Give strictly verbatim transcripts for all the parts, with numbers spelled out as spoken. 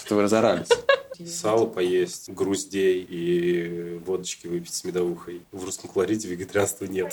что вы разорались. Сало поесть, груздей и водочки выпить с медовухой. В русском колорите вегетарианства нет.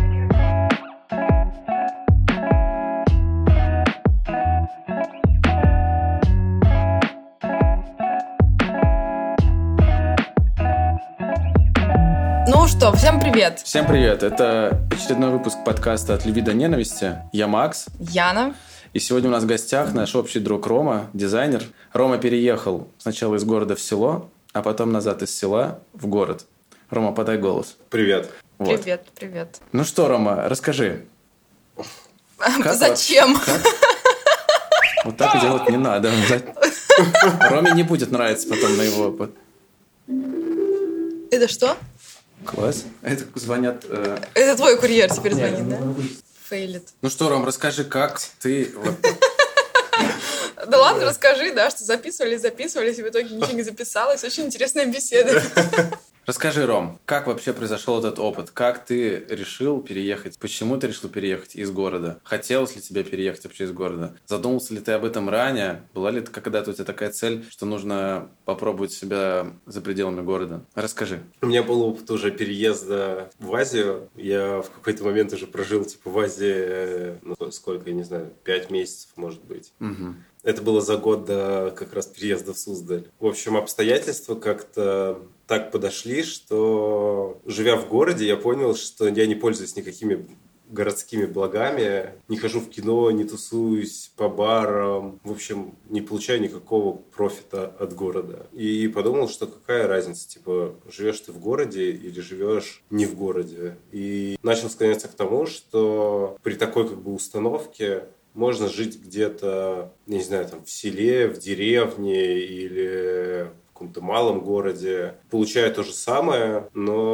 Ну что, всем привет! Всем привет! Это очередной выпуск подкаста «От любви до ненависти». Я Макс. Яна. И сегодня у нас в гостях наш общий друг Рома, дизайнер. Рома переехал сначала из города в село, а потом назад из села в город. Рома, подай голос. Привет. Вот. Привет, привет. Ну что, Рома, расскажи. Как Зачем? Как? Вот так делать не надо. Роме не будет нравиться потом на его опыт. Это что? Класс. Это звонят... Э... Это твой курьер теперь звонит, Нет, да? ну... Фейлит. Ну что, Ром, расскажи, как ты... Да ладно, расскажи, да, что записывались, записывались, и в итоге ничего не записалось. Очень интересная беседа. Расскажи, Ром, как вообще произошел этот опыт? Как ты решил переехать? Почему ты решил переехать из города? Хотелось ли тебе переехать вообще из города? Задумался ли ты об этом ранее? Была ли когда-то у тебя такая цель, что нужно попробовать себя за пределами города? Расскажи. У меня был опыт уже переезда в Азию. Я в какой-то момент уже прожил типа в Азии, ну, сколько, я не знаю, пять месяцев, может быть. Угу. Это было за год до как раз переезда в Суздаль. В общем, обстоятельства как-то так подошли, что, живя в городе, я понял, что я не пользуюсь никакими городскими благами, не хожу в кино, не тусуюсь по барам, в общем, не получаю никакого профита от города. И подумал, что какая разница, типа, живешь ты в городе или живешь не в городе. И начал склоняться к тому, что при такой как бы установке можно жить где-то, не знаю, там в селе, в деревне или в каком-то малом городе, получая то же самое,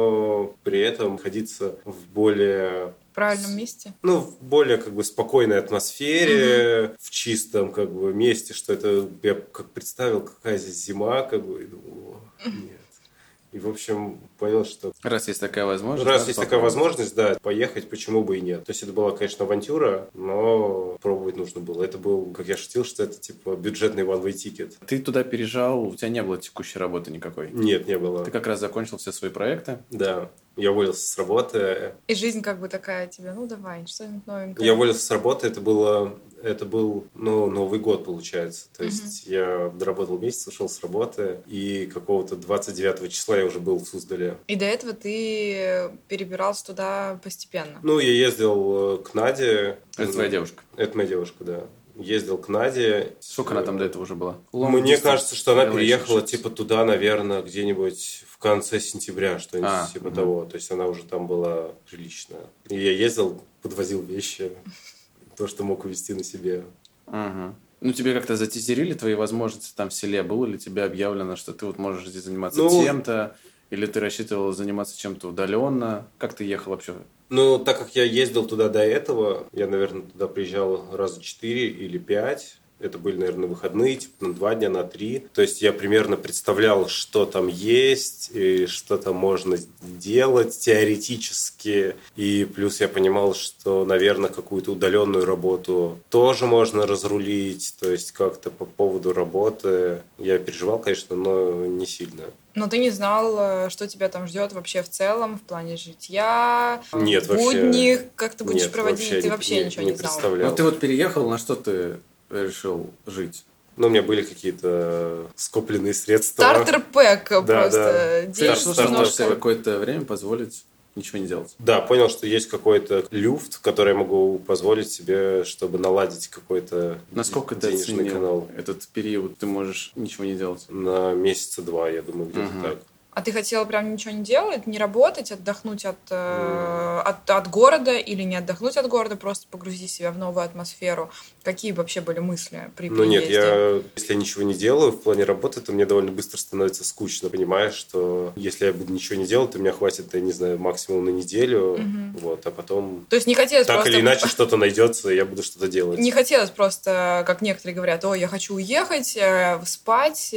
но при этом находиться в более... В правильном месте? Ну, в более как бы спокойной атмосфере, угу. В чистом как бы месте, что это я как представил, какая здесь зима, как бы, и думал, нет. И, в общем, понял, что... Раз есть такая возможность... Раз есть такая возможность, да, поехать, почему бы и нет. То есть, это была, конечно, авантюра, но пробовать нужно было. Это был, как я шутил, что это, типа, бюджетный one-way ticket. Ты туда переезжал, у тебя не было текущей работы никакой? Нет, не было. Ты как раз закончил все свои проекты? Да. Я уволился с работы. И жизнь как бы такая тебе, ну, давай, что-нибудь новенькое. Я уволился с работы, это было... Это был, ну, Новый год, получается. То есть, mm-hmm. я доработал месяц, ушел с работы, и какого-то двадцать девятого числа я уже был в Суздале. И до этого ты перебирался туда постепенно? Ну, я ездил к Наде. Это твоя девушка? Это моя девушка, да. Ездил к Наде. Сколько она там до этого уже была? Мне кажется, что она переехала типа туда, наверное, где-нибудь в конце сентября, что-нибудь а, типа угу. того. То есть она уже там была приличная. И я ездил, подвозил вещи, то, что мог увезти на себе. Угу. Ну, тебе как-то затизерили твои возможности там в селе? Было ли тебе объявлено, что ты вот можешь здесь заниматься ну, тем-то? Или ты рассчитывал заниматься чем-то удаленно? Как ты ехал вообще? Ну, так как я ездил туда до этого, я, наверное, туда приезжал раза четыре или пять. Это были, наверное, выходные, типа на два дня, на три. То есть я примерно представлял, что там есть, и что там можно делать теоретически. И плюс я понимал, что, наверное, какую-то удаленную работу тоже можно разрулить. То есть как-то по поводу работы я переживал, конечно, но не сильно. Но ты не знал, что тебя там ждет вообще в целом, в плане житья, Нет, будни, вообще, как ты будешь нет, проводить, вообще ты не, вообще не, ничего не не знал. представлял. Ну, ты вот переехал, на что ты решил жить? Ну, у меня были какие-то скопленные средства. Стартер-пэк да, просто. Да. Денег что немножко какое-то время позволить ничего не делать. Да, понял, что есть какой-то люфт, который я могу позволить себе, чтобы наладить какой-то Насколько денежный ты канал. Этот период ты можешь ничего не делать? На месяца два, я думаю, где-то угу. так. А ты хотела прям ничего не делать, не работать, отдохнуть от, э, от, от города или не отдохнуть от города, просто погрузить себя в новую атмосферу? Какие вообще были мысли при Ну нет, переезде? я, если я ничего не делаю в плане работы, то мне довольно быстро становится скучно, понимаешь, что если я буду ничего не делать, то меня хватит, я не знаю, максимум на неделю, угу. вот, а потом... То есть не хотелось так просто... или иначе что-то найдется, и я буду что-то делать. Не хотелось просто, как некоторые говорят, о, я хочу уехать, спать,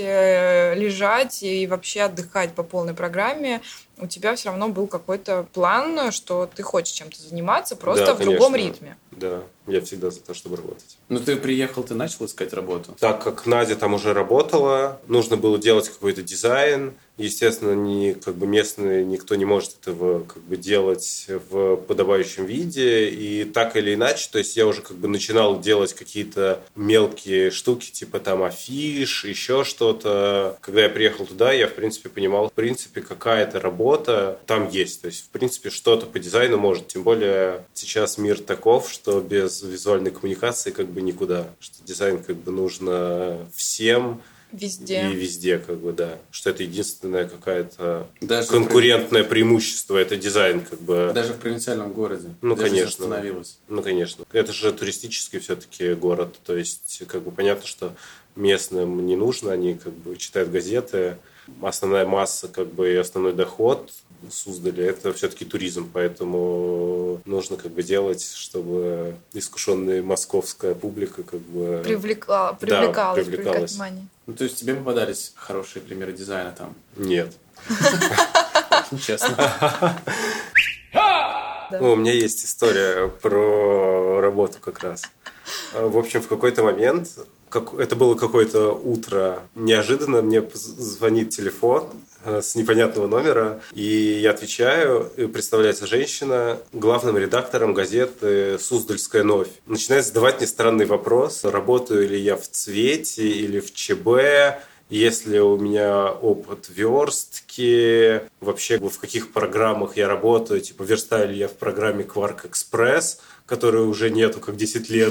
лежать и вообще отдыхать по полной программе. У тебя все равно был какой-то план, что ты хочешь чем-то заниматься, просто да, в другом конечно. ритме. Да, я всегда за то, чтобы работать. Ну, ты приехал, ты начал искать работу? Так как Надя там уже работала, нужно было делать какой-то дизайн. Естественно, ни, как бы местные, никто не может этого как бы делать в подобающем виде. И так или иначе, то есть я уже как бы начинал делать какие-то мелкие штуки, типа там афиш, еще что-то. Когда я приехал туда, я, в принципе, понимал, в принципе, какая-то работа там есть. То есть, в принципе, что-то по дизайну может. Тем более сейчас мир таков, что без визуальной коммуникации как бы никуда. Что дизайн как бы нужно всем. Везде. И везде, как бы, да. Что это единственное какое-то Даже конкурентное в... преимущество, это дизайн, как бы. Даже в провинциальном городе. Ну, Даже конечно. Остановилось. Ну, конечно. Это же туристический все-таки город. То есть, как бы понятно, что местным не нужно, они как бы читают газеты. Основная масса, как бы, и основной доход Суздаля — это все-таки туризм, поэтому нужно как бы делать, чтобы искушенная московская публика как бы Привлекла, привлекалась, да, привлекалась. внимание. Ну, то есть тебе попадались хорошие примеры дизайна там? Нет. Честно. У меня есть история про работу как раз. В общем, в какой-то момент, как, это было какое-то утро, неожиданно мне звонит телефон с непонятного номера, и я отвечаю, и представляется женщина главным редактором газеты «Суздальская новь». Начинает задавать мне странный вопрос, работаю ли я в «Цвете» или в ЧБ, есть ли у меня опыт верстки, вообще в каких программах я работаю, типа верстаю ли я в программе Quark Express, которой уже нету как десять лет.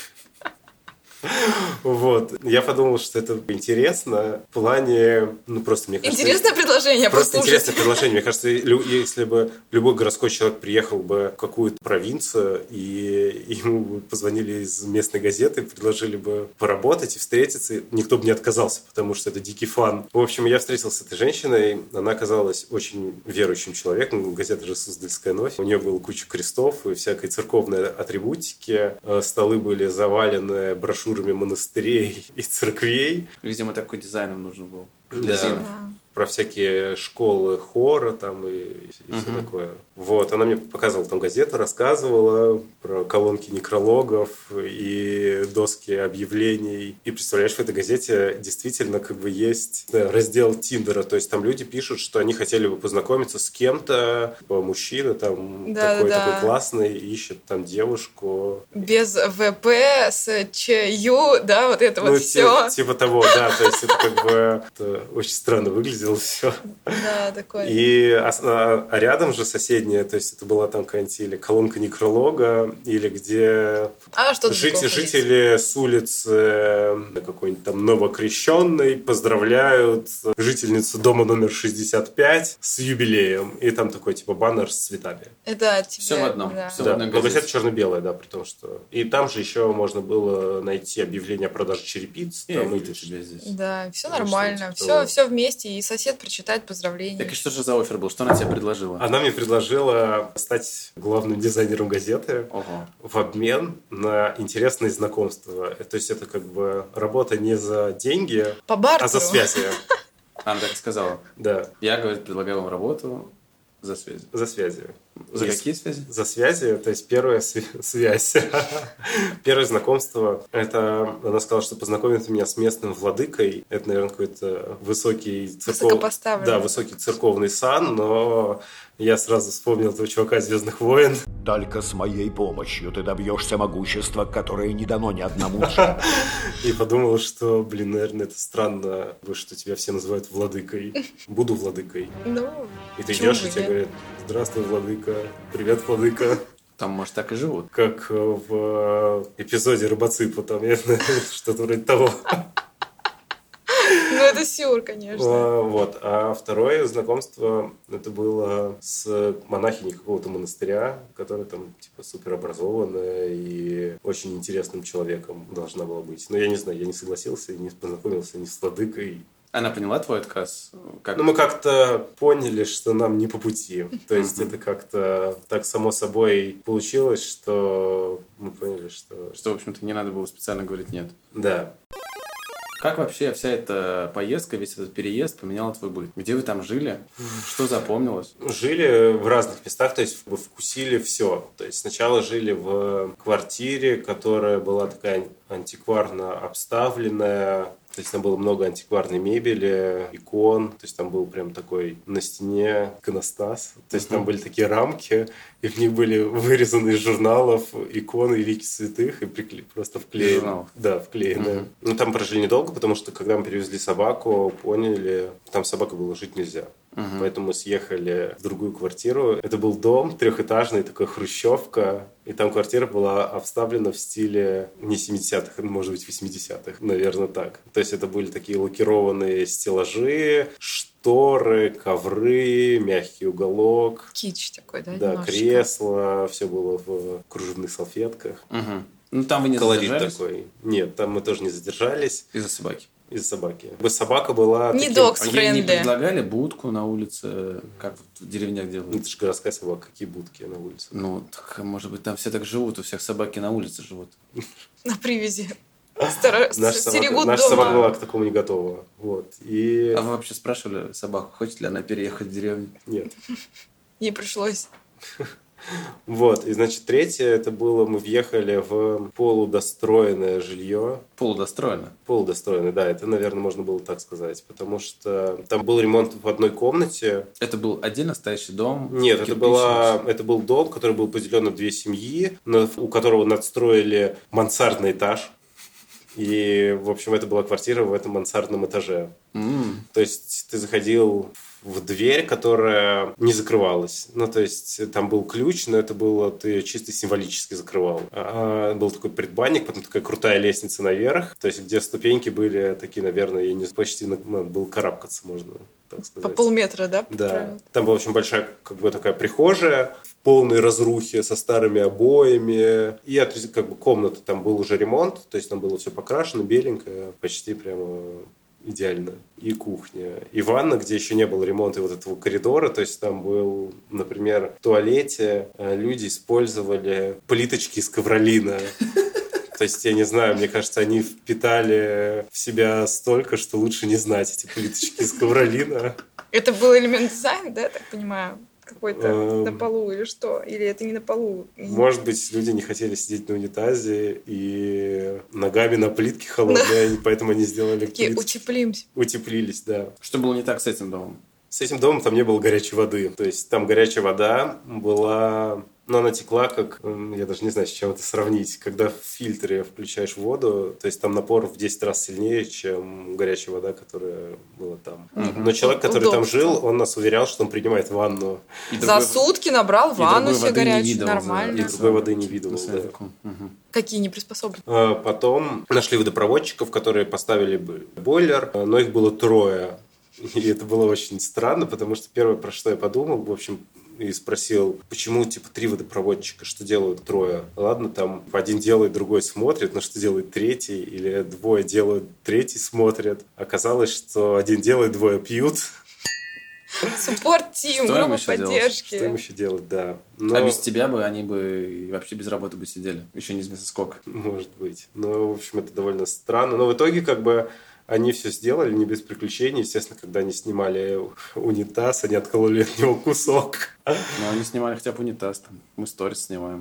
Вот. Я подумал, что это интересно в плане, ну просто мне кажется... Интересное предложение, просто послушайте. интересное предложение. Мне кажется, если бы любой городской человек приехал бы в какую-то провинцию, и ему бы позвонили из местной газеты, предложили бы поработать и встретиться, никто бы не отказался, потому что это дикий фан. В общем, я встретился с этой женщиной, она оказалась очень верующим человеком, газета же «Суздальская новь». У нее была куча крестов и всякой церковной атрибутики, столы были завалены брошюрами монастырей и церквей. Видимо, такой дизайн им нужен был. Да. Про всякие школы хора там и, и uh-huh. все такое. Вот, она мне показывала там газету, рассказывала про колонки некрологов и доски объявлений. И представляешь, в этой газете действительно как бы есть да, раздел Тиндера. То есть там люди пишут, что они хотели бы познакомиться с кем-то, мужчина там да, такой, да. такой классный, ищет там девушку. Без ВП, с ЧЮ, да, вот это ну, вот все. Типа того, да. То есть это как бы это очень странно выглядело все. Да, такое. И а, а рядом же соседняя, то есть это была там какая-нибудь или колонка некролога, или где а, что жить, жители с улицы какой-нибудь там Новокрещенной поздравляют жительницу дома номер шестьдесят пять с юбилеем. И там такой типа баннер с цветами. Это тебе, все в одном. Да. Все да. в одной газете. Газета черно-белая, да, при том, что... И там же еще можно было найти объявление о продаже черепиц. Я там, вижу тебя здесь. Да, все ну, нормально. Все, все, все вместе, и сосед прочитает поздравления. Так и что же за оффер был? Что она тебе предложила? Она мне предложила стать главным дизайнером газеты Ого. в обмен на интересные знакомства. То есть это как бы работа не за деньги, По бартеру. а за связи. Она так и сказала. Да. Я, говорит, предлагаю вам работу за связи. За связи. За Есть. какие связи? За связи, то есть первая связь. Первое знакомство, это она сказала, что познакомит меня с местным владыкой. Это, наверное, какой-то высокий церков... да, высокий церковный сан, но я сразу вспомнил этого чувака из «Звездных войн». Только с моей помощью ты добьешься могущества, которое не дано ни одному. И подумал, что, блин, наверное, это странно, что тебя все называют владыкой. Буду владыкой. Ну, и ты идешь, и тебе говорят: здравствуй, владыка. Привет, владыка. Там, может, так и живут. Как в эпизоде Робоципа, там, что-то вроде того. Ну, это сюр, конечно. Вот. А второе знакомство, это было с монахиней какого-то монастыря, которая там, типа, суперобразованная и очень интересным человеком должна была быть. Но я не знаю, я не согласился, не познакомился ни с владыкой. Она поняла твой отказ? Как? Ну, мы как-то поняли, что нам не по пути. То есть это как-то так само собой получилось, что мы поняли, что... Что, в общем-то, не надо было специально говорить «нет». Да. Как вообще вся эта поездка, весь этот переезд поменял твой быт? Где вы там жили? Что запомнилось? Жили в разных местах, то есть вы вкусили все. То есть сначала жили в квартире, которая была такая антикварно обставленная. То есть там было много антикварной мебели, икон. То есть там был прям такой на стене иконостас. То есть там были такие рамки, и в них были вырезаны из журналов иконы и лики святых, и прикле... просто вклеены. Да, вклеены. Uh-huh. Ну, там прожили недолго, потому что когда мы перевезли собаку, поняли, там собака была, жить нельзя. Uh-huh. Поэтому мы съехали в другую квартиру. Это был дом трехэтажный, такой хрущевка. И там квартира была обставлена в стиле не семидесятых, может быть, восьмидесятых. Наверное, так. То есть это были такие лакированные стеллажи, шторы, ковры, мягкий уголок. Кич такой, да? Да, немножечко. Кресло. Все было в кружевных салфетках. Угу. Ну, там вы не Колорит задержались? Такой. Нет, там мы тоже не задержались. Из-за собаки? Из-за собаки. Собака была... Не таким... догс А ей френдли. не предлагали будку на улице, как в деревнях делают? Ну, это же городская собака. Какие будки на улице? Ну, так, может быть, там все так живут, у всех собаки на улице живут. На привязи. Стара- Наша собака, Стерегут наша дома. собака была к такому не готова. Вот. И... А вы вообще спрашивали собаку, хочет ли она переехать в деревню? Нет. Ей пришлось. Вот. И, значит, третье, это было, мы въехали в полудостроенное жилье. Полудостроено. Полудостроенное, да. Это, наверное, можно было так сказать. Потому что там был ремонт в одной комнате. Это был отдельно стоящий дом? Нет, это, кирпичный? была, это был дом, который был поделен на две семьи, на- у которого надстроили мансардный этаж. И, в общем, это была квартира в этом мансардном этаже. М. То есть ты заходил в дверь, которая не закрывалась. Ну, то есть там был ключ, но это было, ты ее чисто символически закрывал. А, был такой предбанник, потом такая крутая лестница наверх, то есть где ступеньки были такие, наверное, я не почти на, ну, был карабкаться, можно так сказать. По полметра, да? Да. Правильно. Там была очень большая, как бы, такая прихожая в полной разрухе со старыми обоями. И от- как бы комната, там был уже ремонт, то есть там было все покрашено, беленькое, почти прямо идеально. И кухня. И ванна, где еще не было ремонта вот этого коридора, то есть там был, например, в туалете э, люди использовали плиточки из ковролина. То есть, я не знаю, мне кажется, они впитали в себя столько, что лучше не знать эти плиточки из ковролина. Это был элемент дизайна, да, я так понимаю? Какой-то Эм. на полу или что? Или это не на полу? Может быть, люди не хотели сидеть на унитазе и ногами на плитке холодной, и поэтому они сделали Такие, плитки. утеплимся. Утеплились, да. Что было не так с этим домом? С этим домом там не было горячей воды. То есть там горячая вода была... Но она текла как... м, Я даже не знаю, с чем это сравнить. Когда в фильтре включаешь воду, то есть там напор в десять раз сильнее, чем горячая вода, которая была там. Но человек, который там Удобство. жил, он нас уверял, что он принимает ванну. И За другой- сутки набрал и ванну другой себе воды не горячую, видел за- нормально. И другой воды не видел, на своем да. веку. Мгм. Какие не приспособлены? А Потом нашли водопроводчиков, которые поставили б- бойлер, но их было трое. И это было очень странно, потому что первое, про что я подумал, в общем, и спросил, почему, типа, три водопроводчика, что делают трое? Ладно, там один делает, другой смотрит, но что делает третий? Или двое делают, третий смотрит? Оказалось, что один делает, двое пьют. Суппорт-тим, Что им группа еще делать? поддержки. Что им еще делать, да. Но, А без тебя бы они бы и вообще без работы бы сидели. Еще неизвестно сколько. может быть. Но, в общем, это довольно странно. Но в итоге, как бы, они все сделали не без приключений. Естественно, когда они снимали унитаз, они откололи от него кусок. Но они снимали хотя бы унитаз. Там. Мы сторис снимаем.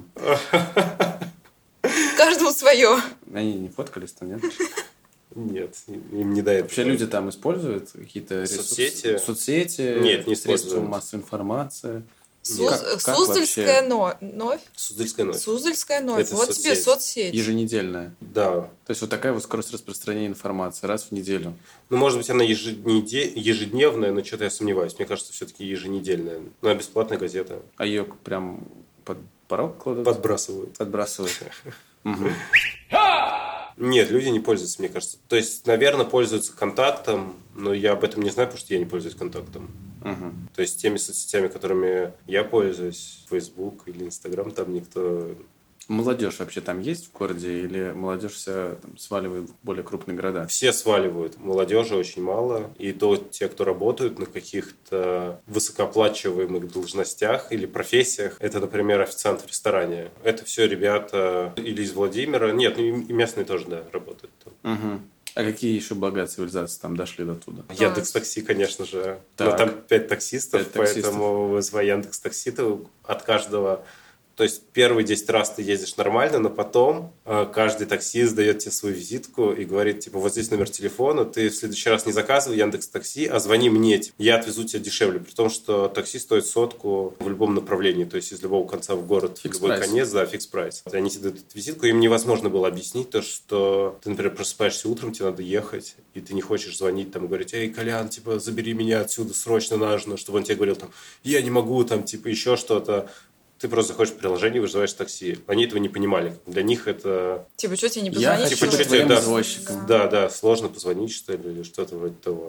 Каждому свое. Они не фоткались там, нет? Нет, им не до этого. Вообще люди там используют какие-то ресурсы? Соцсети? Соцсети? Нет, не средства используют. массовой информации. Суз- Как- как Суздальская вообще? но- новь. Суздальская ночь. Суздальская новь. Это Вот тебе соцсеть. соцсеть. Еженедельная. Да. То есть вот такая вот скорость распространения информации раз в неделю. Ну, может быть, она ежедне- ежедневная, но что-то я сомневаюсь. Мне кажется, все-таки еженедельная. Ну, а бесплатная газета. А ее прям под порог кладут? Подбрасывают. Подбрасывают. Мгм. Нет, люди не пользуются, мне кажется. То есть, наверное, пользуются контактом, но я об этом не знаю, потому что я не пользуюсь контактом. Мгм. То есть, теми соцсетями, которыми я пользуюсь, Facebook или Instagram, там никто... Молодежь вообще там есть в городе или молодежь вся там, сваливает в более крупные города? Все сваливают. Молодежи очень мало. И то те, кто работают на каких-то высокооплачиваемых должностях или профессиях, это, например, официант в ресторане. Это все ребята или из Владимира. Нет, и местные тоже, да, работают там. Мгм. А какие еще благая цивилизации там дошли до туда? Яндекс.Такси, конечно же. Так. Но там пять таксистов, Пять таксистов. поэтому вызывай Яндекс.Такси, ты от каждого... То есть первые десять раз ты ездишь нормально, но потом э, каждый таксист дает тебе свою визитку и говорит, типа, вот здесь номер телефона, ты в следующий раз не заказывай Яндекс.Такси, а звони мне, типа, я отвезу тебя дешевле. При том, что такси стоит сотку в любом направлении, то есть из любого конца в город, Фикс в любой прайс. конец, да, фикс прайс. Они тебе дают эту визитку, им невозможно было объяснить то, что ты, например, просыпаешься утром, тебе надо ехать, и ты не хочешь звонить там и говорить, эй, Колян, типа, забери меня отсюда, срочно нужно, чтобы он тебе говорил, там, я не могу, там, типа, еще что-то. Ты просто заходишь в приложение и вызываешь такси. Они этого не понимали. Для них это... Типа, что тебе не Я позвонить? хочу Типа, быть что тебе, твоим да, извозчиком. да, да, сложно позвонить, что ли, или что-то вроде того.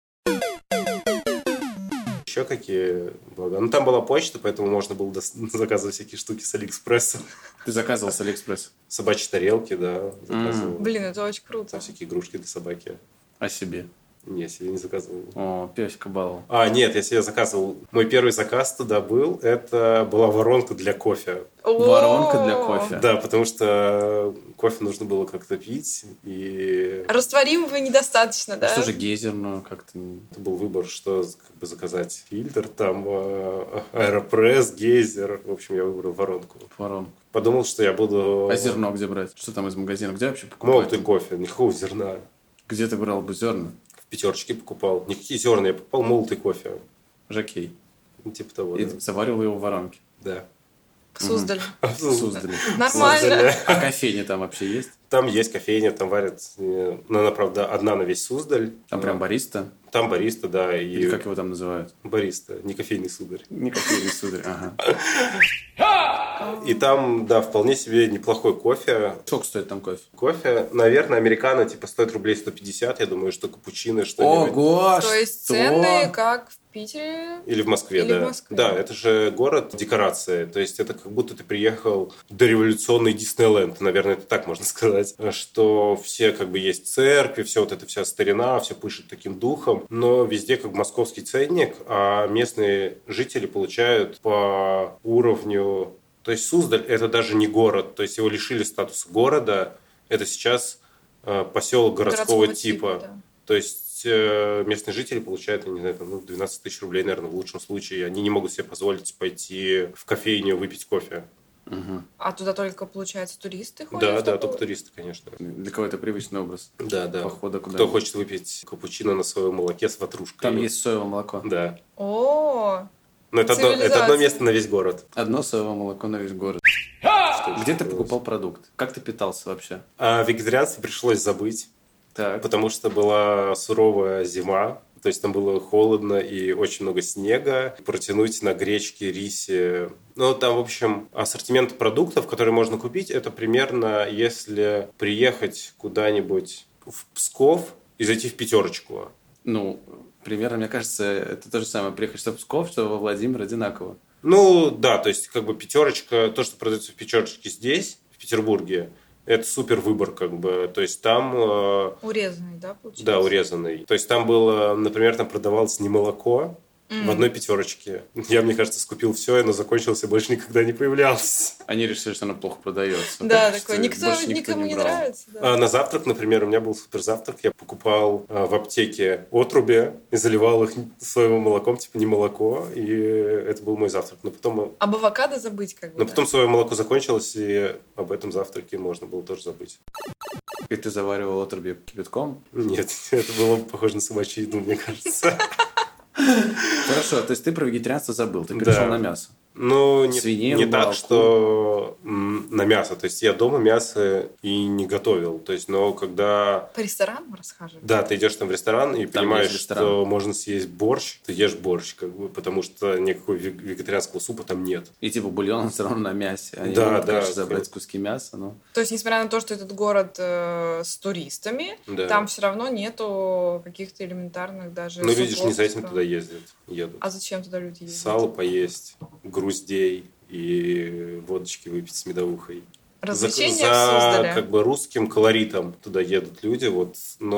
Еще какие блага? Ну, там была почта, поэтому можно было дос- заказывать всякие штуки с Алиэкспресса. Ты заказывал с Алиэкспресс? Собачьи тарелки, да, заказывал. Блин, это очень круто. Там всякие игрушки для собаки. О себе. Не, себе не заказывал. О, песика баловал. А, нет, я себе заказывал. Мой первый заказ туда был. Это была воронка для кофе. Воронка для кофе. Да, потому что кофе нужно было как-то пить. И Растворимого недостаточно, да? Что же гейзерную как-то... это был выбор, что как бы заказать. Фильтр, там э, аэропресс, гейзер. В общем, я выбрал воронку. Воронку. Подумал, что я буду... А зерно где брать? Что там из магазина? Где вообще покупать? Молотый кофе, никакого зерна. Где ты брал бы зерна? В пятерочке покупал. Никакие зерна, я покупал молотый кофе. Жокей. Ну, типа того, И да. заварил его в воронке. Да. В Суздале. В Суздале. Нормально. А кофейня там вообще есть? Там есть кофейня, там варят, э, ну, она, правда, одна на весь Суздаль. Там прям бариста? Там бариста, да, и Или как его там называют? бариста, не кофейный сударь. Не кофейный сударь, ага. И там, да, вполне себе неплохой кофе. Сколько стоит там кофе? Кофе, наверное, американо, типа, стоит рублей сто пятьдесят, я думаю, что капучино, что-нибудь. Ого! То есть что? цены как в Питере? Или в Москве, Или да. в Москве. Да, это же город декорации. То есть это как будто ты приехал в дореволюционный Диснейленд, наверное, это так можно сказать. Что все как бы есть церкви, все вот это вся старина, все пышет таким духом. Но везде как московский ценник, а местные жители получают по уровню... То есть Суздаль это даже не город, то есть его лишили статуса города. Это сейчас э, поселок городского, Городского типа. типа, да. То есть э, местные жители получают, я не знаю, там, ну, двенадцать тысяч рублей, наверное, в лучшем случае. Они не могут себе позволить пойти в кофейню выпить кофе. Угу. А туда только, получается, туристы ходят? Да, в да, такую? только туристы, конечно. Для кого это привычный образ? Да, да. Похода куда-нибудь. Кто хочет выпить капучино на своем молоке с ватрушкой. Там есть соевое молоко. Да. О, Но это одно, это одно Цивилизация. место на весь город. Одно соевое молоко на весь город. Что Где еще ты было? покупал продукт? Как ты питался вообще? А вегетарианство пришлось забыть, Так. потому что была суровая зима. То есть там было холодно и очень много снега. Протянуть на гречке, рисе. Ну, там, в общем, ассортимент продуктов, которые можно купить, это примерно, если приехать куда-нибудь в Псков и зайти в пятерочку. Ну, примерно, мне кажется, это то же самое. Приехать что в Псков, что во Владимир одинаково. Ну, да, то есть, как бы пятерочка, то, что продается в пятерочке здесь, в Петербурге, это супер выбор, как бы. То есть там... э, урезанный, да, получается? Да, урезанный. То есть там было, например, там продавалось не молоко в одной пятерочке. Я, мне кажется, скупил все, и оно закончилось и больше никогда не появлялось. Они решили, что оно плохо продается. Да, Так такой, что никто, больше никому не брал. нравится. Да. А на завтрак, например, у меня был супер завтрак. Я покупал а, в аптеке отруби и заливал их соевым молоком, типа не молоко. И это был мой завтрак. Но потом, Об авокадо забыть как бы. но да. потом соевое молоко закончилось, и об этом завтраке можно было тоже забыть. И ты заваривал отруби кипятком? Нет, это было похоже на собачью еду, мне кажется. Хорошо, то есть ты про вегетарианство забыл, ты Да. перешел на мясо. Ну, не, Свинину, не так, молоко. что м, на мясо. То есть я дома мясо и не готовил. То есть, но когда... По ресторанам расхаживать? Да, ты идешь там в ресторан и Там понимаешь, есть ресторан. что можно съесть борщ, ты ешь борщ, как бы, потому что никакого вег- вегетарианского супа там нет. И типа бульон все равно на мясе. Они Да, могут, да, конечно, забрать как- куски мяса, но... То есть, несмотря на то, что этот город э, с туристами, Да. там все равно нету каких-то элементарных даже Но люди же не за этим супов. туда ездят, едут. А зачем туда люди ездят? Сало поесть, груздей и водочки выпить с медовухой. Развлечения за, в за, Суздале. как бы русским колоритом туда едут люди, вот,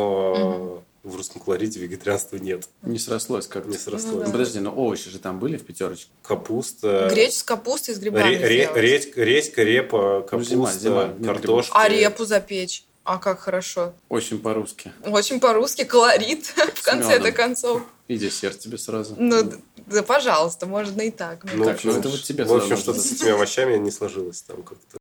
но в русском колорите вегетарианства нет, Не срослось как-то. не срослось. Ну да. Ну, подожди, ну овощи же там были в пятерочке? Капуста, Гречь с капустой и с грибами ре- ре- сделать. редька, редька, репа, Ну, зима, капуста, зима, нет картошка. А репу запечь? А как хорошо. Очень по-русски. Очень по-русски, колорит в конце-то концов. И десерт тебе сразу. Ну, да, да, пожалуйста, можно и так. Ну, так, ну это вот тебе. В общем, что-то с этими овощами не сложилось там как-то.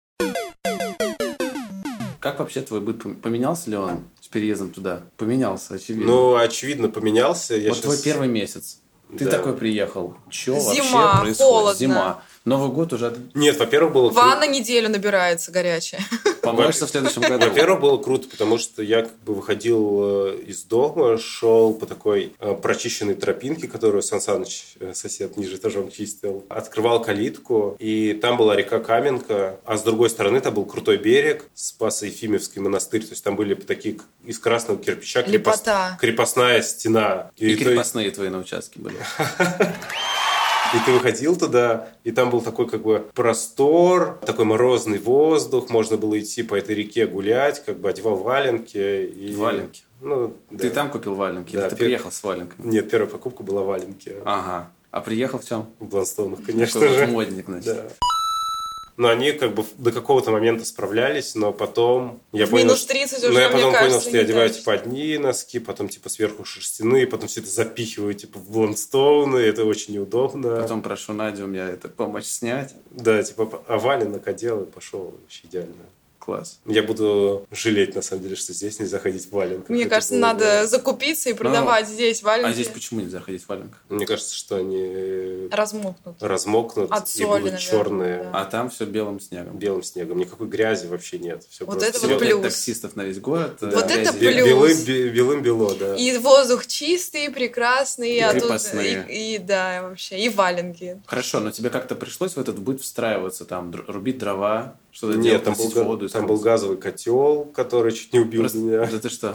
Как вообще твой быт поменялся ли он с переездом туда? Поменялся, очевидно. Ну, очевидно, поменялся. Я вот сейчас... твой первый месяц. Ты да. такой приехал. Что вообще Зима, происходит? холодно. Зима. Новый год уже... Нет, во-первых, было круто. Ванна неделю набирается горячая. Помоешься в следующем году. Во-первых, было круто, потому что я как бы выходил из дома, шел по такой прочищенной тропинке, которую Сан Саныч, сосед, ниже этажом чистил. Открывал калитку, и там была река Каменка, а с другой стороны там был крутой берег, Спасо-Ефимовский монастырь. То есть там были такие из красного кирпича крепост... крепостная стена. И, и то... крепостные твои на участке были. И ты выходил туда, и там был такой как бы простор, такой морозный воздух, можно было идти по этой реке гулять, как бы одевал валенки. И... Валенки? Ну, да. Ты там купил валенки? Да, или ты пер... приехал с валенками? Нет, первая покупка была валенки. Ага. А приехал в чем? В Бланстоунах, конечно Такой же. Вот модник, значит. Да. Но они как бы до какого-то момента справлялись, но потом я в понял, минус тридцать уже, но я мне потом кажется, понял, что я одеваю так. типа одни носки, потом типа сверху шерстяные, потом все это запихиваю типа в Бланстоуны, это очень неудобно. Потом прошу Надю мне это помочь снять. Да, типа а валенок одел и пошел, вообще идеально. Класс. Я буду жалеть, на самом деле, что здесь нельзя ходить в валенках. Мне это кажется, было... надо закупиться и продавать ну, здесь валенки. А здесь почему нельзя ходить в валенках? Мне кажется, что они... Размокнут. Размокнут от и соли, будут наверное, черные. Да. А там все белым снегом. Белым снегом. Никакой грязи вообще нет. Все вот просто... это вот плюс. таксистов на весь город. Вот грязи. это плюс. Белым, белым бело, да. И воздух чистый, прекрасный. И а крепостные. Тут, и, и, да, вообще. И валенки. Хорошо, но тебе как-то пришлось в этот быт встраиваться, там, рубить дрова, что-то Нет, делать, там, был, воду. там был газовый котел, который чуть не убил Рас... меня. Да ты что?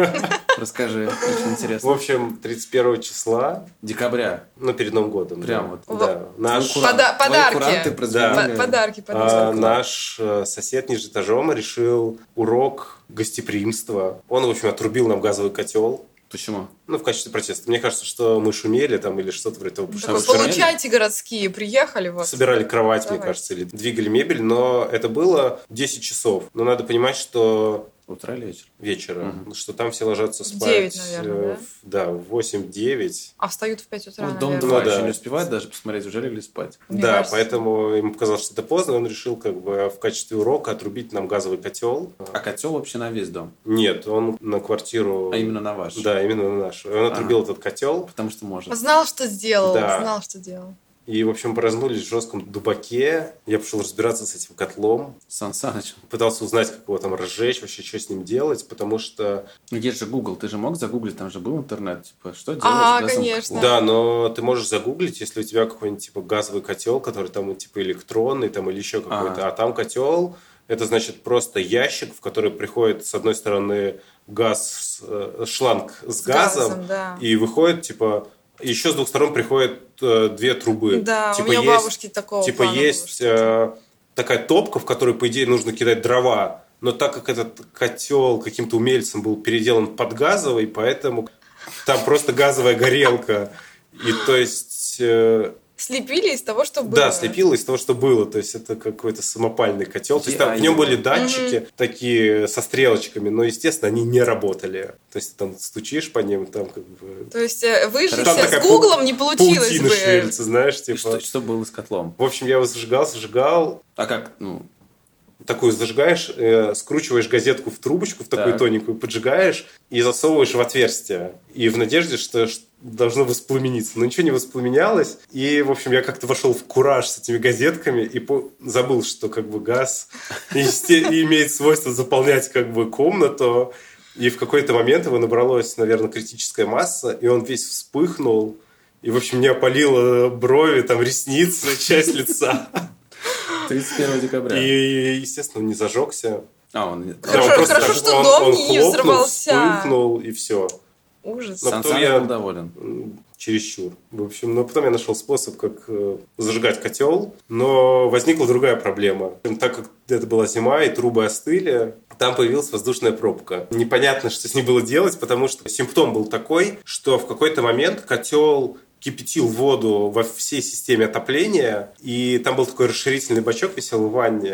Расскажи, очень интересно. В общем, тридцать первого числа... Декабря. Ну, перед Новым годом. Прям да. вот. Да. Наш... Пода- подарки. Да. Подарки. А, наш сосед ниже этажом решил урок гостеприимства. Он, в общем, отрубил нам газовый котел. Почему? Ну, в качестве протеста. Мне кажется, что мы шумели там или что-то вроде того. Такой, получайте городские, приехали вот. Собирали кровать, Давай. мне кажется, или двигали мебель, но это было десять часов. Но надо понимать, что... Утро или вечер? Вечера. Угу. Что там все ложатся спать. В девять, наверное, в, да? Да, в восемь-девять. А встают в пять утра, ну, дом наверное. два Ну, да. еще не успевает даже посмотреть, уже легли спать. Мне да, кажется. поэтому ему показалось, что это поздно, и он решил как бы в качестве урока отрубить нам газовый котел. А котел вообще на весь дом? Нет, он на квартиру... А именно на ваш? Да, именно на нашу. И он отрубил ага. этот котел. Потому что может. Знал, что сделал, Да. знал, что делал. И, в общем, поразнулись в жестком дубаке. Я пошел разбираться с этим котлом. Сан Саныч. Пытался узнать, как его там разжечь, вообще, что с ним делать, потому что... Ну, есть же Google, ты же мог загуглить, там же был интернет, типа, что делать А, с газовым конечно. котлом? Да, но ты можешь загуглить, если у тебя какой-нибудь, типа, газовый котел, который там, типа, электронный, там, или еще какой-то. А. А там котел, это, значит, просто ящик, в который приходит, с одной стороны, газ, э, шланг с, С газом, газом, да. и выходит, типа... Еще с двух сторон приходят э, две трубы. Да, типа у меня есть, бабушки такого Типа плана было есть что-то. э, такая топка, в которую, по идее, нужно кидать дрова. Но так как этот котел каким-то умельцем был переделан под газовый, поэтому там просто газовая горелка. И то есть... Э, Слепили из того, что было. да, слепило из того, что было. То есть это какой-то самопальный котел. То есть там в нем были датчики Угу. такие со стрелочками, но, естественно, они не работали. То есть ты там стучишь по ним, там как бы... То есть э, выжить Там с такая Гуглом не получилось паутина бы. шевелится, знаешь, И типа... что, что было с котлом? В общем, я его зажигал, зажигал. А как, ну, Такую зажигаешь, э, скручиваешь газетку в трубочку, в такую Так. тоненькую, поджигаешь и засовываешь в отверстие. И в надежде, что ш- должно воспламениться. Но ничего не воспламенялось. И, в общем, я как-то вошел в кураж с этими газетками и по- забыл, что как бы газ есте- имеет свойство заполнять как бы комнату. И в какой-то момент его набралось, наверное, критическая масса, и он весь вспыхнул. И, в общем, мне опалило брови, там, ресницы, часть лица. тридцать первого декабря. И, естественно, он не зажегся. А, он... Хорошо, Да, он просто хорошо, так- что он- дом он не хлопнул, взорвался. вспыхнул, и все. Ужас. Но Сан потом Саныч я- был доволен. М, Чересчур. В общем, но потом я нашел способ, как э, зажигать котел. Но возникла другая проблема. Так как это была зима, и трубы остыли, там появилась воздушная пробка. Непонятно, что с ней было делать, потому что симптом был такой, что в какой-то момент котел кипятил воду во всей системе отопления, и там был такой расширительный бачок, висел в ванне.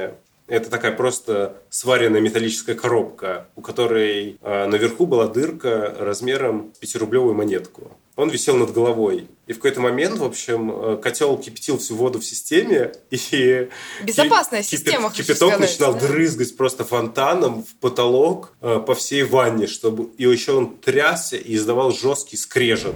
Это такая просто сваренная металлическая коробка, у которой э, наверху была дырка размером пятирублевую монетку. Он висел над головой. И в какой-то момент, в общем, котел кипятил всю воду в системе, и безопасная кипят, система, кипяток сказать, начинал да? дрызгать просто фонтаном в потолок э, по всей ванне, чтобы и еще он трясся и издавал жесткий скрежет.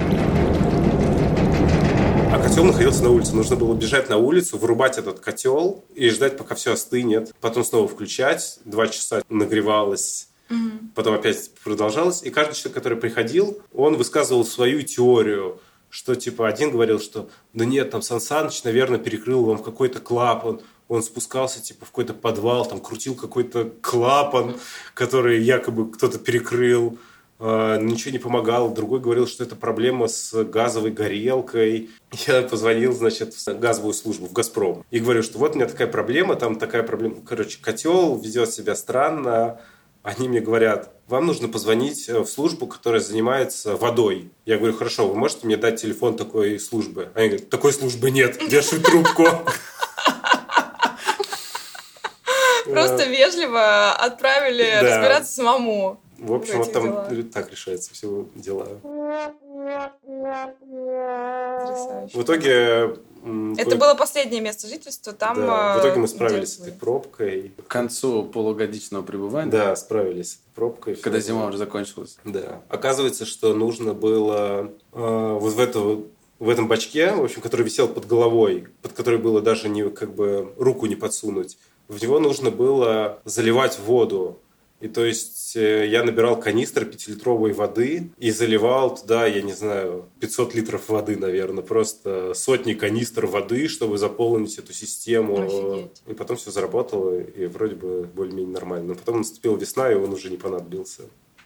А котел находился на улице. Нужно было бежать на улицу, вырубать этот котел и ждать, пока все остынет. Потом снова включать. Два часа нагревалось. Угу. Потом опять продолжалось. И каждый человек, который приходил, он высказывал свою теорию. Что типа один говорил, что да нет, там Сан Саныч, наверное, перекрыл вам какой-то клапан. Он спускался типа в какой-то подвал, там крутил какой-то клапан, который якобы кто-то перекрыл. Ничего не помогало. Другой говорил, что это проблема с газовой горелкой. Я позвонил, значит, в газовую службу, в «Газпром». И говорю, что вот у меня такая проблема, там такая проблема. Короче, котел ведет себя странно. Они мне говорят, вам нужно позвонить в службу, которая занимается водой. Я говорю, хорошо, вы можете мне дать телефон такой службы? Они говорят, такой службы нет, вешай трубку. Просто вежливо отправили разбираться самому. В общем, вот там делах. Так решаются все дела. Потрясающе. В итоге... Это было последнее место жительства, там... Да, в итоге мы справились с этой пробкой. К концу полугодичного пребывания? Да, справились с этой пробкой. Когда зима было. Уже закончилась? Да. Оказывается, что нужно было э, вот в эту... В этом бачке, в общем, который висел под головой, под который было даже не, как бы, руку не подсунуть, в него нужно было заливать воду. И то есть я набирал канистр пятилитровой воды и заливал туда, я не знаю, пятьсот литров воды, наверное, просто сотни канистр воды, чтобы заполнить эту систему. Офигеть. И потом все заработало, и вроде бы более-менее нормально. Но потом наступила весна, и он уже не понадобился.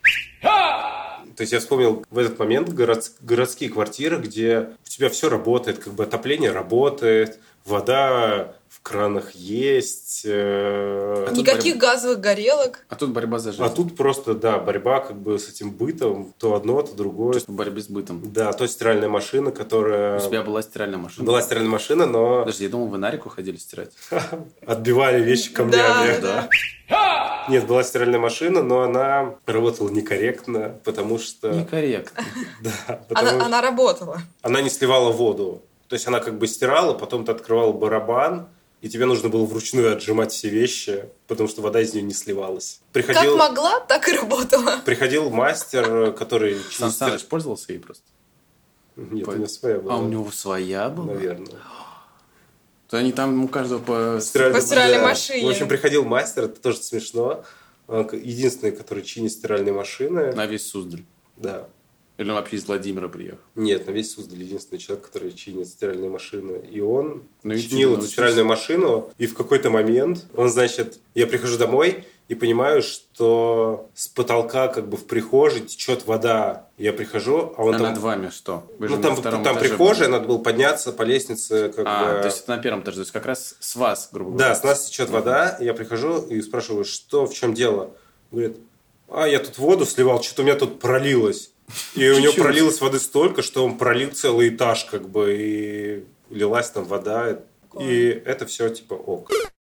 То есть я вспомнил в этот момент город, городские квартиры, где у тебя все работает, как бы отопление работает, вода в кранах есть. Э, а Никаких борьба... газовых горелок. А тут борьба за жизнь. А тут просто, да, борьба как бы с этим бытом, то одно, то другое. То есть борьба с бытом. Да, то стиральная машина, которая... У тебя была стиральная машина? Была стиральная машина, но... Подожди, я думал, вы на реку ходили стирать. Отбивали вещи камнями. Да, да. Нет, была стиральная машина, но она работала некорректно, потому что... Некорректно. Да. Она, она работала. Она не сливала воду. То есть она как бы стирала, потом ты открывал барабан, и тебе нужно было вручную отжимать все вещи, потому что вода из нее не сливалась. Приходил... Как могла, так и работала. Приходил мастер, который... Сан Саныч пользовался ей просто? Нет, По... у него своя была. А у него своя была? Наверное. То они там у каждого по, Стиральной, по стиральной да. машине. В общем, приходил мастер, это тоже смешно. Единственный, который чинит стиральные машины. На весь Суздаль? Да. Или он вообще из Владимира приехал? Нет, на весь Суздаль единственный человек, который чинит стиральные машины. И он ну, чинил эту стиральную машину. И в какой-то момент он, значит, я прихожу домой и понимаю, что с потолка как бы в прихожей течет вода. Я прихожу, а он а там... над вами что? Вы ну, там, там прихожая, были. Надо было подняться по лестнице. Как а, бы... то есть это на первом этаже, то есть как раз с вас, грубо говоря. Да, с нас течет mm-hmm. вода. И я прихожу и спрашиваю, что, в чем дело? Говорит, а я тут воду сливал, что-то у меня тут пролилось. И у него пролилось воды столько, что он пролил целый этаж, как бы, и лилась там вода. И это все типа ок.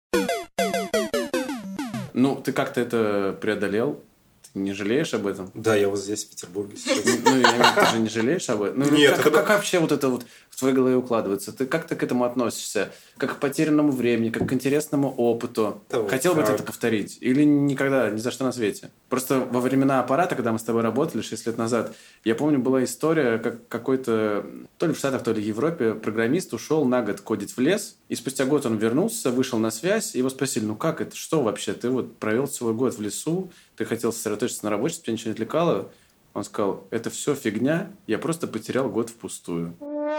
Ну, ты как-то это преодолел? Ты не жалеешь об этом? Да, я вот здесь, в Петербурге сейчас. Ну, я имею в виду, ты же не жалеешь об этом? Нет. Как вообще вот это вот в твоей голове укладывается? Ты как ты к этому относишься? Как к потерянному времени, как к интересному опыту? Хотел бы ты это повторить? Или никогда, ни за что на свете? Просто во времена аппарата, когда мы с тобой работали шесть лет назад, я помню, была история, как какой-то, то ли в Штатах, то ли в Европе, программист ушел на год кодить в лес, и спустя год он вернулся, вышел на связь, и его спросили, ну как это, что вообще? Ты вот провел свой год в лесу, ты хотел сосредоточиться на работе, тебя ничего не отвлекало? Он сказал, это все фигня, я просто потерял год впустую.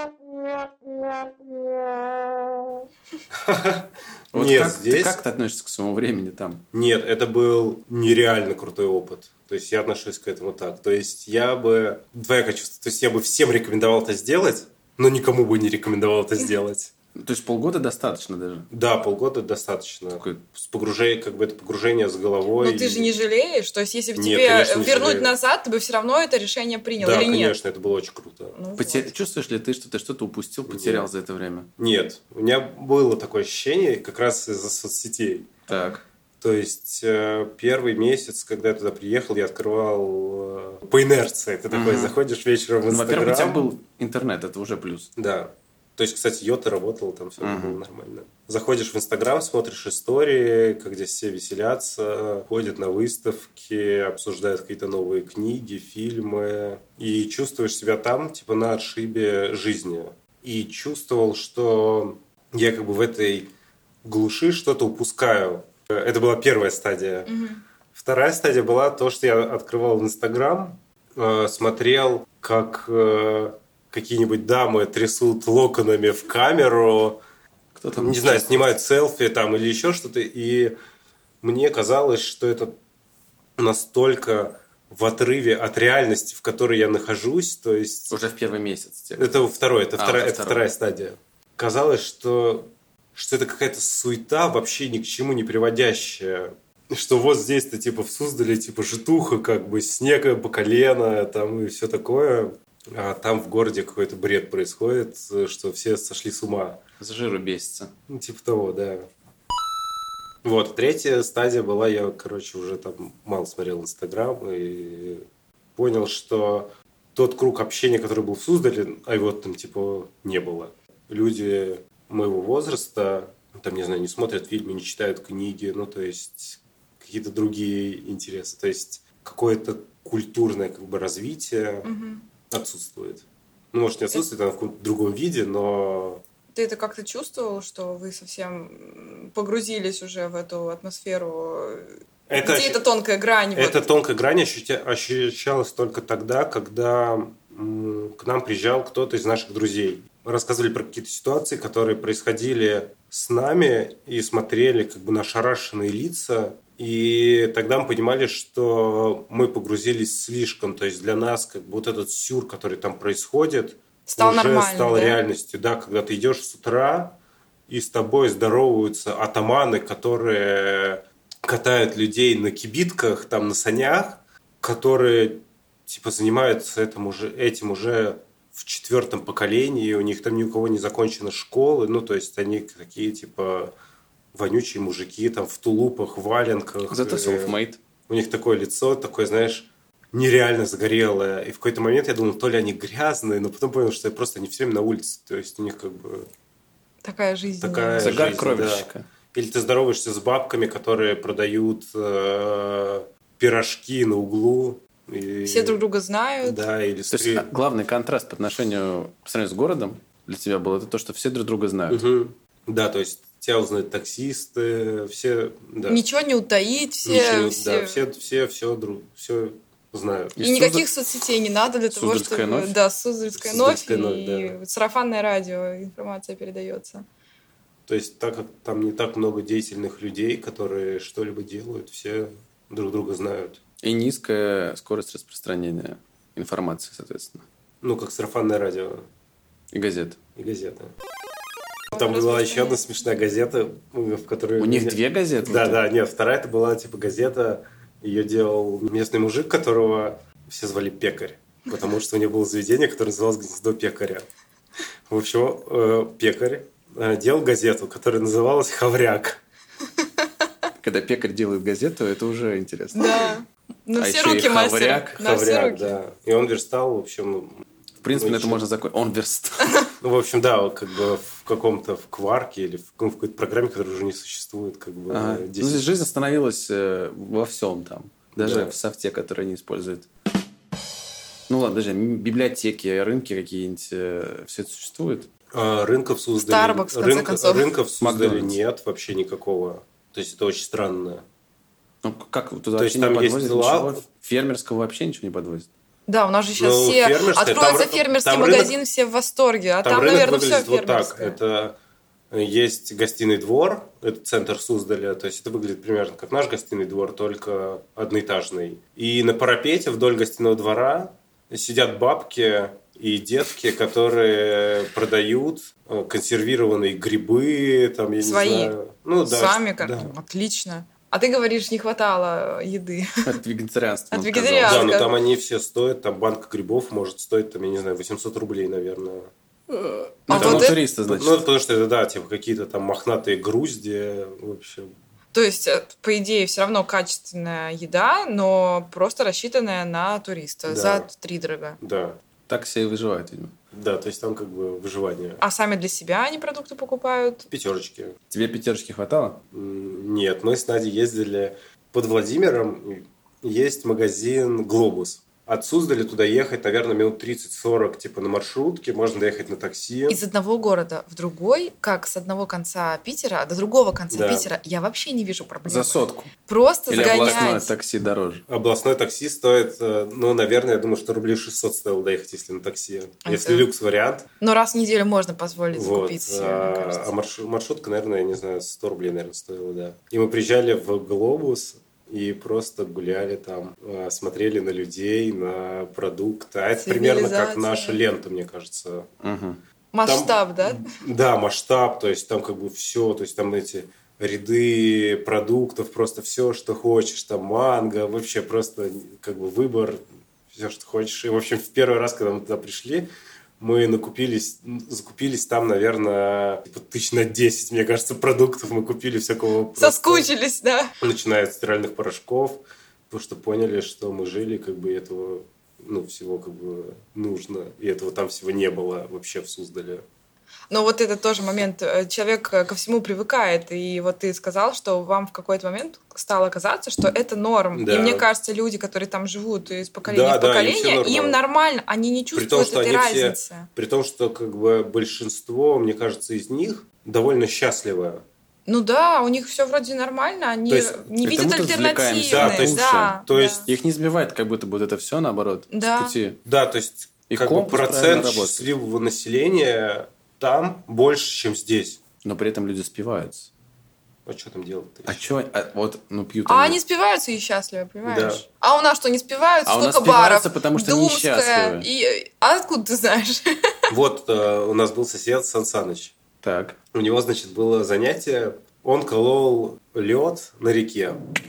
Вот Нет, как, здесь... ты, как ты относишься к своему времени там? Нет, это был нереально крутой опыт. То есть я отношусь к этому так. То есть я бы... Двоякое чувство. То есть я бы всем рекомендовал это сделать, но никому бы не рекомендовал это сделать. То есть полгода достаточно даже? Да, полгода достаточно. Такой... С погружением, как бы это погружение с головой. Но ты же не жалеешь? То есть если бы Нет, тебе конечно, вернуть жалею. назад, ты бы все равно это решение принял да, или нет? конечно, это было очень круто. Ну, Потер... вот. Чувствуешь ли ты, что ты что-то упустил, потерял Нет. за это время? Нет, у меня было такое ощущение как раз из-за соцсетей. Так. То есть э, первый месяц, когда я туда приехал, я открывал э, по инерции. Ты такой Мгм. заходишь вечером в Ну, Инстаграм. во-первых, у тебя был интернет, это уже плюс. Да. То есть, кстати, Йота работал, там все Мгм. было нормально. Заходишь в Инстаграм, смотришь истории, как здесь все веселятся, ходят на выставки, обсуждают какие-то новые книги, фильмы. И чувствуешь себя там, типа, на отшибе жизни. И чувствовал, что я как бы в этой глуши что-то упускаю. Это была первая стадия. Мгм. Вторая стадия была то, что я открывал Инстаграм, э, смотрел, как э, какие-нибудь дамы трясут локонами в камеру, Кто там? не знаю, снимают селфи там или еще что-то. И мне казалось, что это настолько в отрыве от реальности, в которой я нахожусь. То есть Уже в первый месяц. тебе. это второй, это, А, вторая, уже это второй. вторая стадия. Казалось, что, что это какая-то суета, вообще ни к чему не приводящая. Что вот здесь-то типа в Суздале типа житуха, как бы снега по колено, там и все такое. А там в городе какой-то бред происходит, что все сошли с ума. С жиру бесится. Ну, типа того, да. Вот, третья стадия была, я, короче, уже там мало смотрел Инстаграм и понял, что тот круг общения, который был в Суздале, а его там, типа, не было. Люди моего возраста, там, не знаю, не смотрят фильмы, не читают книги, ну, то есть, какие-то другие интересы. То есть, какое-то культурное, как бы, развитие Мгм. отсутствует. Ну, может, не отсутствует, оно в каком-то другом виде, но... Ты это как-то чувствовал, что вы совсем погрузились уже в эту атмосферу? Это Где ощ- эта тонкая грань? Эта вот? тонкая грань ощутя- ощущалась только тогда, когда м, к нам приезжал кто-то из наших друзей. Рассказывали про какие-то ситуации, которые происходили с нами, и смотрели как бы на ошарашенные лица. И тогда мы понимали, что мы погрузились слишком. То есть для нас как бы вот этот сюр, который там происходит, Стал уже нормальным, стал да? реальностью. Да, когда ты идешь с утра, и с тобой здороваются атаманы, которые катают людей на кибитках, там, на санях, которые, типа, занимаются этим уже, этим уже в четвертом поколении, у них там ни у кого не закончена школы, ну, то есть, они такие, типа, вонючие мужики, там, в тулупах, в валенках. Зато self-made. У них такое лицо, такое, знаешь, нереально загорелое. И в какой-то момент я думал, то ли они грязные, но потом понял, что я просто не все время на улице. То есть, у них как бы... Такая жизнь. Такая Загар жизнь, кровельщика. да. Или ты здороваешься с бабками, которые продают э, пирожки на углу. И, Все друг друга знают. Да, или То есть стри- а, главный контраст по отношению по сравнению с городом для тебя был это то, что все друг друга знают. Мгм. Да, то есть тебя узнают таксисты, все... Да. Ничего не утаить, все... Ничего, все... Да, все, все, все, друг, все знают. И никаких соцсетей не надо для того, Суздальская чтобы... ночь. Да, Суздальская ночь, Суздальская ночь, и да. сарафанное радио, информация передается. То есть так как там не так много деятельных людей, которые что-либо делают, все друг друга знают. И низкая скорость распространения информации, соответственно. Ну, как сарафанное радио И газет. и газета. Там была еще одна смешная газета, в которой... У них две газеты? Да, да, нет, вторая это была типа газета, ее делал местный мужик, которого все звали Пекарь, потому что у него было заведение, которое называлось «Гнездо пекаря». В общем, э, Пекарь э, делал газету, которая называлась «Хавряк». Когда пекарь делает газету, это уже интересно. Да. Ну, А все еще и руки мастер. хавряк. На все Хавряк, руки. да. И он верстал, в общем... В принципе, ну, на это еще- можно закончить. Он верст. Ну, в общем, да, как бы в каком-то в кварке или в, каком- в какой-то программе, которая уже не существует, как бы Ага. Ну, десять. здесь жизнь остановилась э, во всем там. Даже Да. в софте, который не используют. Ну ладно, даже библиотеки, рынки какие-нибудь, э, все это существует? А, рынка в Суздале... Starbucks, в конце рынка, концов. рынка в Суздале Макдональдс. нет вообще никакого. То есть это очень странно. Ну, как туда То есть вообще не там есть подвозят лав- ничего? Фермерского вообще ничего не подвозят? Да, у нас же сейчас Ну, все... фермерское, Откроется там ры- фермерский там рынок- магазин, все в восторге. А Там, там, рынок наверное, все выглядит вот так. фермерское. Это есть гостиный двор, это центр Суздаля, то есть это выглядит примерно как наш гостиный двор, только одноэтажный. И на парапете вдоль гостиного двора сидят бабки и детки, которые продают консервированные грибы, там, я Свои. не знаю. Ну, да, Сами как да. Отлично. А ты говоришь, не хватало еды. От вегетарианства. От он вегетарианства. Да, но там они все стоят, там банка грибов может стоить, там, я не знаю, восемьсот рублей, наверное. Ну, А это вот у это- туриста, значит. Ну, потому что это, да, типа какие-то там мохнатые грузди, в общем. То есть, э, по идее, все равно качественная еда, но просто рассчитанная на туриста Да. за втридорога. Да, Так все и выживают, видимо. да, то есть там как бы выживание. А сами для себя они продукты покупают? Пятерочки. Тебе пятерочки хватало? М, Нет, мы с Надей ездили под Владимиром, есть магазин «Глобус». От Суздаля туда ехать, наверное, минут тридцать-сорок, типа на маршрутке, можно доехать на такси. Из одного города в другой, как с одного конца Питера до другого конца Да. Питера, я вообще не вижу проблем. За сотку. Просто Или областное сгонять. такси дороже? Областное такси стоит, э, ну, наверное, я думаю, что рублей шестьсот стоило доехать, если на такси. Это- Если люкс-вариант. Но раз в неделю можно позволить Вот. закупить себе, мне А, кажется. а марш- маршрутка, наверное, я не знаю, сто рублей, наверное, стоила, да. И мы приезжали в Глобус и просто гуляли там, а, смотрели на людей, на продукты. А это примерно как Цивилизация. наша лента, мне кажется. Угу. Масштаб, да? Да, масштаб, то есть там как бы все, то есть там эти ряды продуктов, просто все, что хочешь, там манго, вообще просто как бы выбор, все, что хочешь. И, в общем, в первый раз, когда мы туда пришли, мы накупились, закупились там, наверное, типа тысяч на десять, мне кажется, продуктов мы купили всякого. просто, Соскучились, да? начиная от стиральных порошков, потому что поняли, что мы жили, как бы этого, ну, всего как бы нужно, и этого там всего не было вообще в Суздале. Но вот это тоже момент. э, Человек э, ко всему привыкает. И вот ты сказал, что вам в какой-то момент стало казаться, что это норм. Да. И мне кажется, люди, которые там живут из поколения Да, в да, им всё поколение, нормально. им нормально. Они не При том, чувствуют что этой они все, разницы. при том, что как бы большинство, мне кажется, из них довольно счастливое. Ну да, у них все вроде нормально, они То есть не это видят мы тут альтернативы. развлекаемся, Да, то есть- да, то да. есть- Их не сбивает, как будто бы вот это все наоборот. Да. С пути. Да, то есть И как бы компас правильно процент работает. счастливого населения там больше, чем здесь. Но при этом люди спиваются. А что там делать-то? А что? вот, ну, пьют А они. они спиваются и счастливы, понимаешь? Да. А у нас что, не спиваются? А у нас Сколько спиваются, баров? потому что Думская. несчастливы. И... А откуда ты знаешь? Вот э, у нас был сосед Сан Саныч. Так. У него, значит, было занятие. Он колол лед на реке.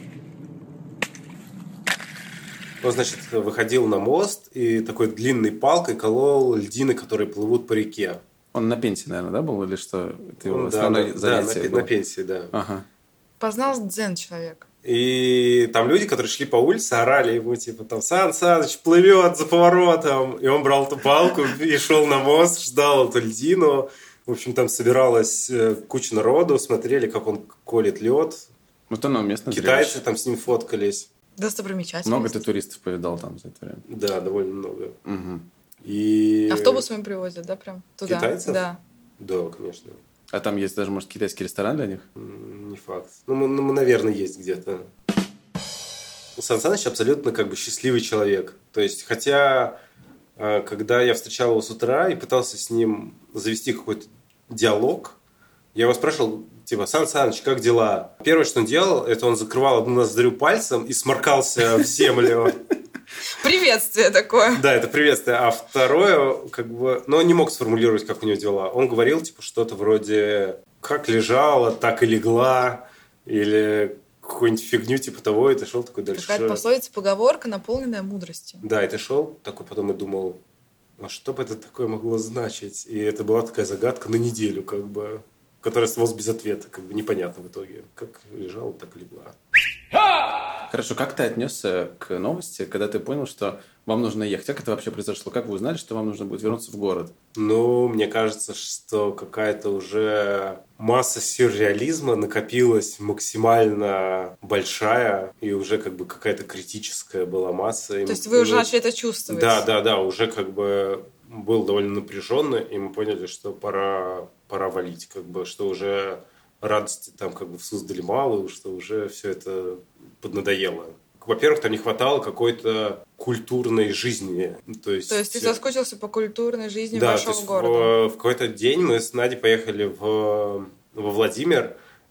Он, значит, выходил на мост и такой длинной палкой колол льдины, которые плывут по реке. Он на пенсии, наверное, да, был? Или что? Это его Он, да, основное на, да, занятие на, было? на пенсии, да. Ага. Познал дзен человек. И там люди, которые шли по улице, орали ему, типа, там, Сан Саныч плывет за поворотом. И он брал эту палку и шел на мост, ждал эту льдину. В общем, там собиралась э, куча народу, смотрели, как он колет лед. Вот оно местное Китайцы зрелище. там с ним фоткались. Достопримечательность. Много ты туристов повидал там за это время? Да, довольно много. Угу. И... Автобусами привозят, да, прям туда? Китайцев? Да. Да, конечно. А там есть даже, может, китайский ресторан для них? М, Не факт. Ну, мы- ну, мы, наверное, есть где-то. Сан Саныч абсолютно как бы счастливый человек. То есть, хотя, э, когда я встречал его с утра и пытался с ним завести какой-то диалог, я его спрашивал, типа, Сан Саныч, как дела? Первое, что он делал, это он закрывал одну ноздрю пальцем и сморкался в землю. Приветствие такое. Да, это приветствие. А второе, как бы, но он не мог сформулировать, как у него дела. Он говорил, типа, что-то вроде как лежала, так и легла, или какую-нибудь фигню типа того, и ты шел такой дальше. Какая-то пословица, поговорка, наполненная мудростью. Да, и ты шел такой, потом и думал, а что бы это такое могло значить? И это была такая загадка на неделю, как бы, которая оставалась без ответа, как бы непонятно в итоге. Как лежала, так и легла. Хорошо, как ты отнесся к новости, когда ты понял, что вам нужно ехать? Как это вообще произошло? Как вы узнали, что вам нужно будет вернуться в город? Ну, мне кажется, что какая-то уже масса сюрреализма накопилась максимально большая, и уже как бы какая-то критическая была масса. То есть вы уже начали это чувствовать? Да, да, да, уже как бы был довольно напряженно, и мы поняли, что пора, пора валить, как бы, что уже радости там как бы в Суздале мало, что уже все это поднадоело. Во-первых, там не хватало какой-то культурной жизни. То есть, То есть ты соскучился по культурной жизни да, большого то есть города? В, в какой-то день мы с Надей поехали в, во Владимир,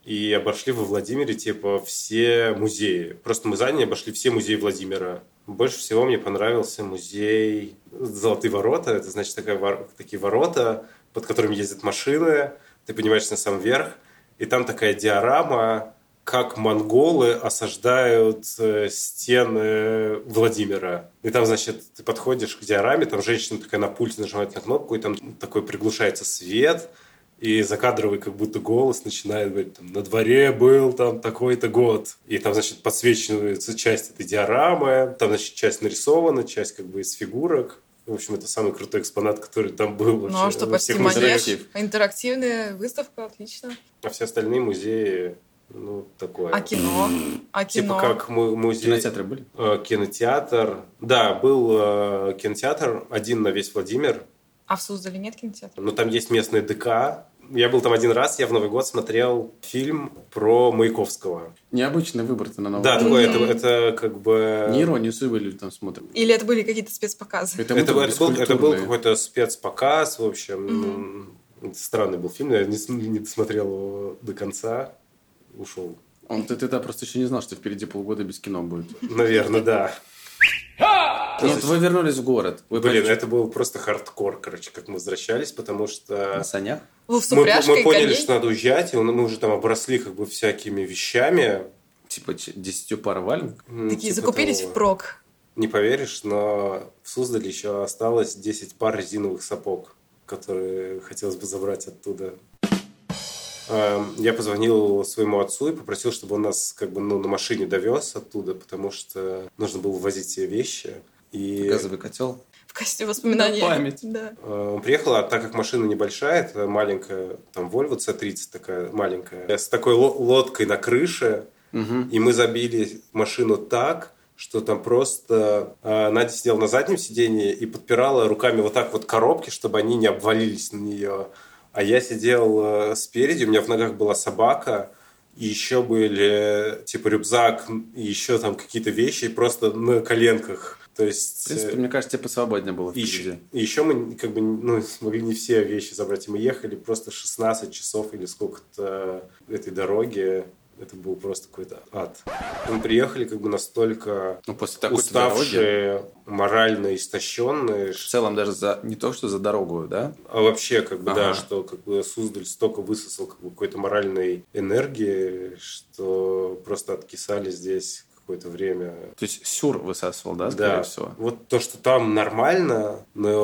и обошли во Владимире, типа, все музеи. Просто мы за день обошли все музеи Владимира. Больше всего мне понравился музей «Золотые ворота». Это, значит, такая, такие ворота, под которыми ездят машины. Ты поднимаешься на сам верх, и там такая диорама, как монголы осаждают стены Владимира. И там, значит, ты подходишь к диораме, там женщина такая на пульте нажимает на кнопку, и там такой приглушается свет, и закадровый как будто голос начинает говорить, там, на дворе был там такой-то год. И там, значит, подсвечивается часть этой диорамы, там, значит, часть нарисована, часть как бы из фигурок. В общем, это самый крутой экспонат, который там был вообще. Ну, а что, почти манеж, интерактивная выставка, отлично. А все остальные музеи, ну, такое. А кино? А кино? Типа как музей... Кинотеатры были? Кинотеатр. Да, был кинотеатр, один на весь Владимир. А в Суздале нет кинотеатра? Ну, там есть местный ДК. Я был там один раз, я в Новый год смотрел фильм про Маяковского. Необычный выбор-то на Новый да, год. Да, такой, это, это как бы... Не иронию судьбы люди там смотрят. Или это были какие-то спецпоказы? Это, это, это, был, это был какой-то спецпоказ, в общем. Mm-hmm. Странный был фильм, я не, не досмотрел его до конца, ушел. Он, ты тогда просто еще не знал, что впереди полгода без кино будет. Наверное, да. Нет, вы вернулись в город. Вы Блин, поняли, это был просто хардкор, короче, как мы возвращались, потому что... На санях? Мы, мы поняли, что надо уезжать, и мы уже там обросли как бы всякими вещами. Типа десятью пар валенок? Такие типа закупились того. впрок. Не поверишь, но в Суздале еще осталось десять пар резиновых сапог, которые хотелось бы забрать оттуда. Я позвонил своему отцу и попросил, чтобы он нас как бы ну, на машине довез оттуда, потому что нужно было вывозить все вещи. И... Газовый котел. В качестве воспоминаний. На память. Да. Он приехал, а так как машина небольшая, это маленькая, там Volvo си тридцать такая маленькая, с такой лодкой на крыше, угу. И мы забили машину так, что там просто э, Надя сидела на заднем сидении и подпирала руками вот так вот коробки, чтобы они не обвалились на нее. А я сидел э, спереди, у меня в ногах была собака, и еще были типа рюкзак, и еще там какие-то вещи просто на коленках. То есть, в принципе, мне кажется, тебе посвободнее было впереди. Еще, еще мы как бы ну, смогли не все вещи забрать. И мы ехали просто шестнадцать часов или сколько-то этой дороги. Это был просто какой-то ад. Мы приехали как бы настолько ну, после такой уставшие, дороги, морально истощенные. В целом даже за не то, что за дорогу, да? А вообще как бы ага. да, что как бы Суздаль столько высосал как бы, какой-то моральной энергии, что просто откисали здесь какое-то время. То есть сюр высасывал, да, скорее да. всего? Вот то, что там нормально,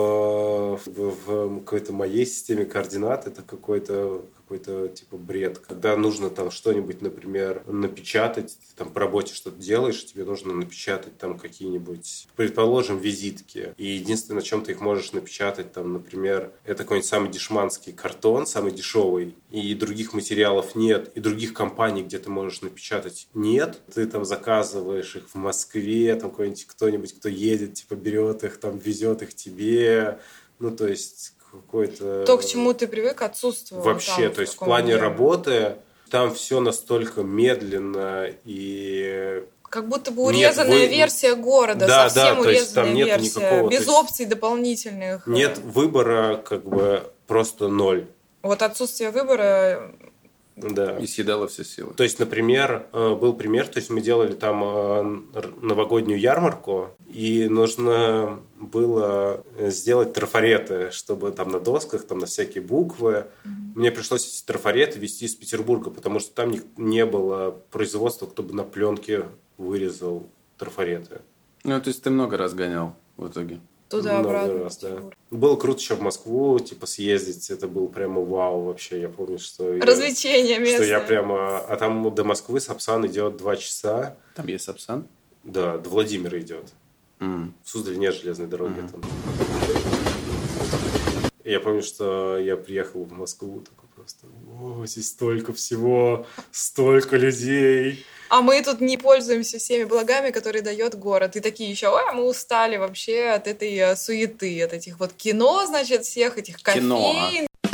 но в, в какой-то моей системе координат это какой-то какой-то типа бред. Когда нужно там что-нибудь, например, напечатать, ты там по работе что-то делаешь, тебе нужно напечатать там какие-нибудь, предположим, визитки. И единственное, на чем ты их можешь напечатать, там, например, это какой-нибудь самый дешманский картон, самый дешевый, и других материалов нет, и других компаний, где ты можешь напечатать, нет. Ты там заказываешь их в Москве, там какой-нибудь кто-нибудь, кто едет, типа берет их, там везет их тебе. Ну, то есть какой-то... То, к чему ты привык, отсутствовало. Вообще, там, то есть в плане время. Работы там все настолько медленно и... Как будто бы урезанная вы... версия города, да, совсем да, урезанная там нет версия, никакого, без есть... опций дополнительных. Нет выбора, как бы просто ноль. Вот отсутствие выбора... Да. И съедало все силы. То есть, например, был пример, то есть мы делали там новогоднюю ярмарку, и нужно было сделать трафареты, чтобы там на досках, там на всякие буквы. Mm-hmm. Мне пришлось эти трафареты везти из Петербурга, потому что там не было производства, кто бы на пленке вырезал трафареты. Ну, то есть ты много раз гонял в итоге? Туда-обратно. Раз, да. Было круто еще в Москву, типа, съездить. Это было прямо вау вообще. Я помню, что... Развлечение местное. Что я прямо... А там до Москвы Сапсан идет два часа. Там есть Сапсан? Да, до Владимира идет. Mm. В Суздале нет железной дороги. Mm. Там. Я помню, что я приехал в Москву, такой просто... О, здесь столько всего, столько людей... А мы тут не пользуемся всеми благами, которые дает город. И такие еще, ой, мы устали вообще от этой суеты, от этих вот кино, значит, всех этих кофеин. Кино.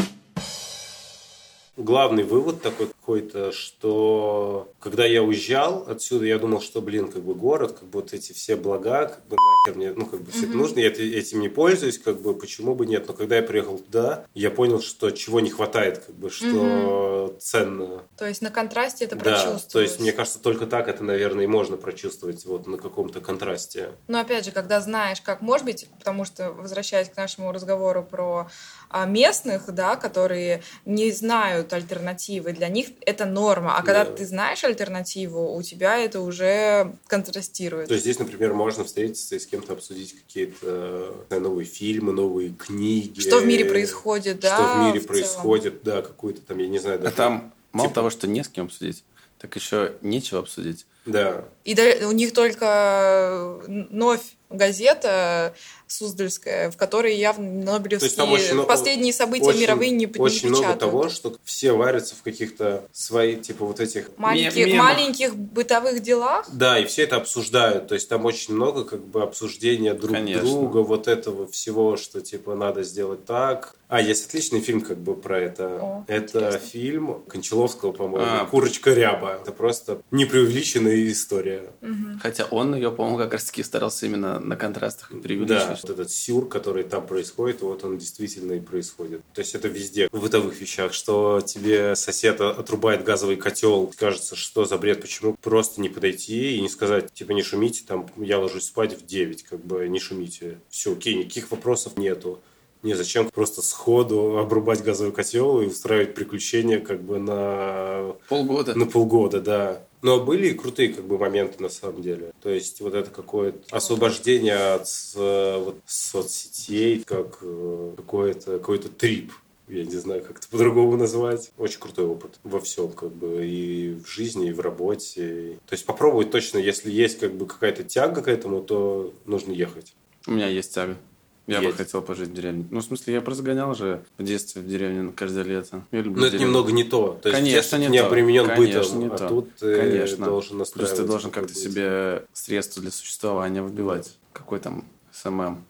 Главный вывод такой какой-то, что когда я уезжал отсюда, я думал, что, блин, как бы город, как бы вот эти все блага, как бы нахер мне, ну, как бы все mm-hmm. это нужно, я этим не пользуюсь, как бы, почему бы нет. Но когда я приехал туда, я понял, что чего не хватает, как бы, что mm-hmm. ценно. То есть на контрасте это Да, прочувствовалось. то есть, мне кажется, только так это, наверное, и можно прочувствовать вот на каком-то контрасте. Но опять же, когда знаешь, как может быть, потому что, возвращаясь к нашему разговору про а, местных, да, которые не знают альтернативы, для них это норма. А когда Да. ты знаешь альтернативу, у тебя это уже контрастирует. То есть здесь, например, можно встретиться и с кем-то обсудить какие-то э, новые фильмы, новые книги. Что в мире происходит, да? Что в мире в происходит, да, какую-то там, я не знаю, даже... А там мало типа- того, что не с кем обсудить, так еще нечего обсудить. Да. И да- у них только новь газета Суздальская, в которой явно То есть там очень нобелевские много- последние события очень, мировые не, не очень много печатают. того, что все варятся в каких-то своих, типа, вот этих... Маленьких, мемах. маленьких бытовых делах. Да, и все это обсуждают. То есть там очень много как бы обсуждения друг Конечно. друга, вот этого всего, что типа надо сделать так. А, есть отличный фильм как бы про это. О, это интересно. фильм Кончаловского, по-моему, А. «Курочка Ряба». Это просто непреувеличенная история. Хотя он ее, по-моему, как раз-таки старался именно на контрастах и Да, преувеличивать. вот этот сюр, который там происходит, вот он действительно и происходит. То есть это везде, в бытовых вещах, что тебе сосед отрубает газовый котел, кажется, что за бред, почему просто не подойти и не сказать, типа, не шумите, там, я ложусь спать в девять, как бы, не шумите. Все, окей, никаких вопросов нету. Не, зачем просто сходу обрубать газовый котел и устраивать приключения как бы на... Полгода. На полгода, да. Но были и крутые как бы моменты на самом деле. То есть вот это какое-то освобождение от э, вот, соцсетей, как э, какой-то, какой-то трип. Я не знаю, как это по-другому назвать. Очень крутой опыт во всем, как бы, и в жизни, и в работе. То есть попробовать точно, если есть как бы какая-то тяга к этому, то нужно ехать. У меня есть тяга. Я Есть. бы хотел пожить в деревне. Ну, в смысле, я просто гонял же в детстве в деревню каждое лето. Я люблю Но это деревню. немного не то. То есть Конечно, детство не ты не то. обременен Конечно, бытом, не а то. тут ты Конечно. должен Плюс настраиваться. ты должен как-то быть. себе средства для существования выбивать. Какой там СММ.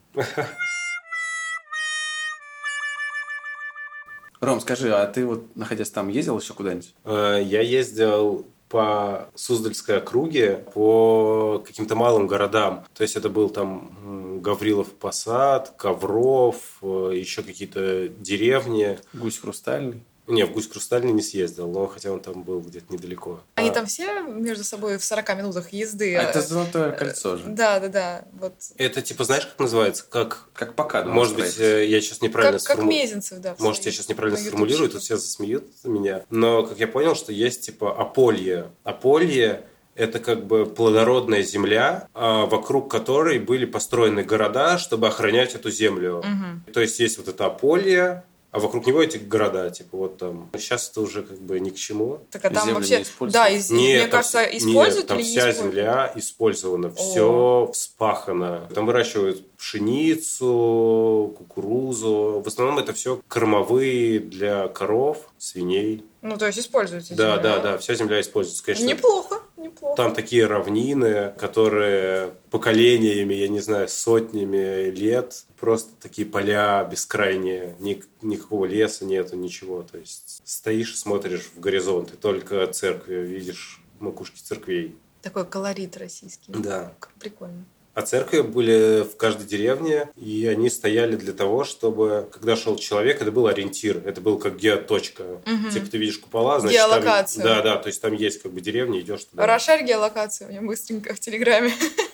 Ром, скажи, а ты вот, находясь там, ездил еще куда-нибудь? Э, Я ездил по Суздальской округе, по каким-то малым городам. То есть это был там м, Гаврилов Посад, Ковров, э, еще какие-то деревни. Гусь хрустальный? Не, в Гусь-Хрустальный не съездил, но хотя он там был где-то недалеко. Они А, там все между собой в сорока минутах езды. А это Золотое кольцо же. Да, да, да. Вот. Это типа, знаешь, как называется? Как, Как пока. может быть, э, я сейчас неправильно Как, как сформу- Мезенцев, да. в Может, я своей- сейчас неправильно на сформулирую, ютубчике. тут все засмеют меня. Но, как я понял, что есть типа Аполье. Аполье – это как бы плодородная земля, а, вокруг которой были построены города, чтобы охранять эту землю. Мгм. То есть есть вот это Аполье, а вокруг него эти города, типа вот там. Сейчас это уже как бы ни к чему. Так а там Землю вообще, не используют? да, из- Нет, мне там кажется, вс- используют нет, там или не вся используют? земля использована, все вспахано. Там выращивают пшеницу, кукурузу. В основном это все кормовые для коров, свиней. Ну, то есть используется Да, земля. да, да, вся земля используется, конечно. Неплохо, неплохо. Там такие равнины, которые поколениями, я не знаю, сотнями лет, просто такие поля бескрайние, Ник- никакого леса нету, ничего. То есть стоишь и смотришь в горизонт, и только церкви, видишь макушки церквей. Такой колорит российский. Да. Как прикольно. А церкви были в каждой деревне, и они стояли для того, чтобы, когда шел человек, это был ориентир, это был как геоточка. Мгм. Типа ты видишь купола, значит, там- Геолокация. да, да, то есть там есть как бы деревня, идешь туда. Расшарь геолокацию мне быстренько в Телеграме.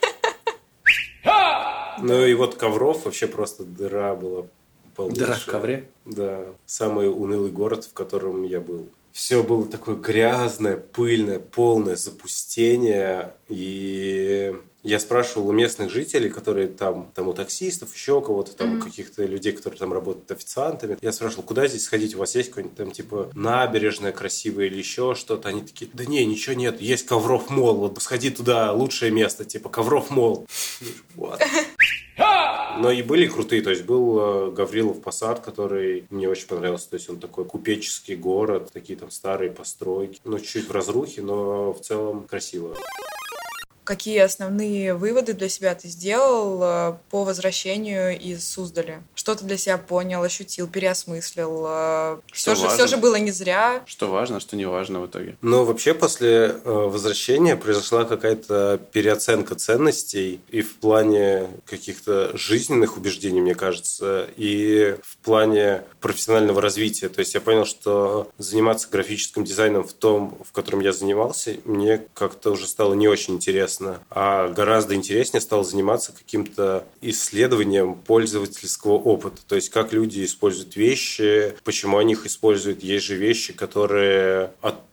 Ну и вот Ковров вообще просто дыра была полнейшая. Дыра в ковре? Да, самый унылый город, в котором я был. Все было такое грязное, пыльное, полное запустение. И я спрашивал у местных жителей, которые там, там у таксистов, еще у кого-то, там у каких-то людей, которые там работают официантами. Я спрашивал, куда здесь сходить? У вас есть какой-нибудь там типа набережная красивая или еще что-то? Они такие, да не, ничего нет, есть Ковров молл, вот сходи туда, лучшее место, типа Ковров молл. Вот. Но и были крутые, то есть был э, Гаврилов Посад, который мне очень понравился, то есть он такой купеческий город, такие там старые постройки, ну чуть-чуть в разрухе, но в целом красиво. какие основные выводы для себя ты сделал по возвращению из Суздаля? Что ты для себя понял, ощутил, переосмыслил? Все же, все же было не зря. Что важно, что не важно в итоге. Ну, вообще, после возвращения произошла какая-то переоценка ценностей и в плане каких-то жизненных убеждений, мне кажется, и в плане профессионального развития. То есть я понял, что заниматься графическим дизайном в том, в котором я занимался, мне как-то уже стало не очень интересно. А гораздо интереснее стало заниматься каким-то исследованием пользовательского опыта. То есть как люди используют вещи, почему они их используют. Есть же вещи, которые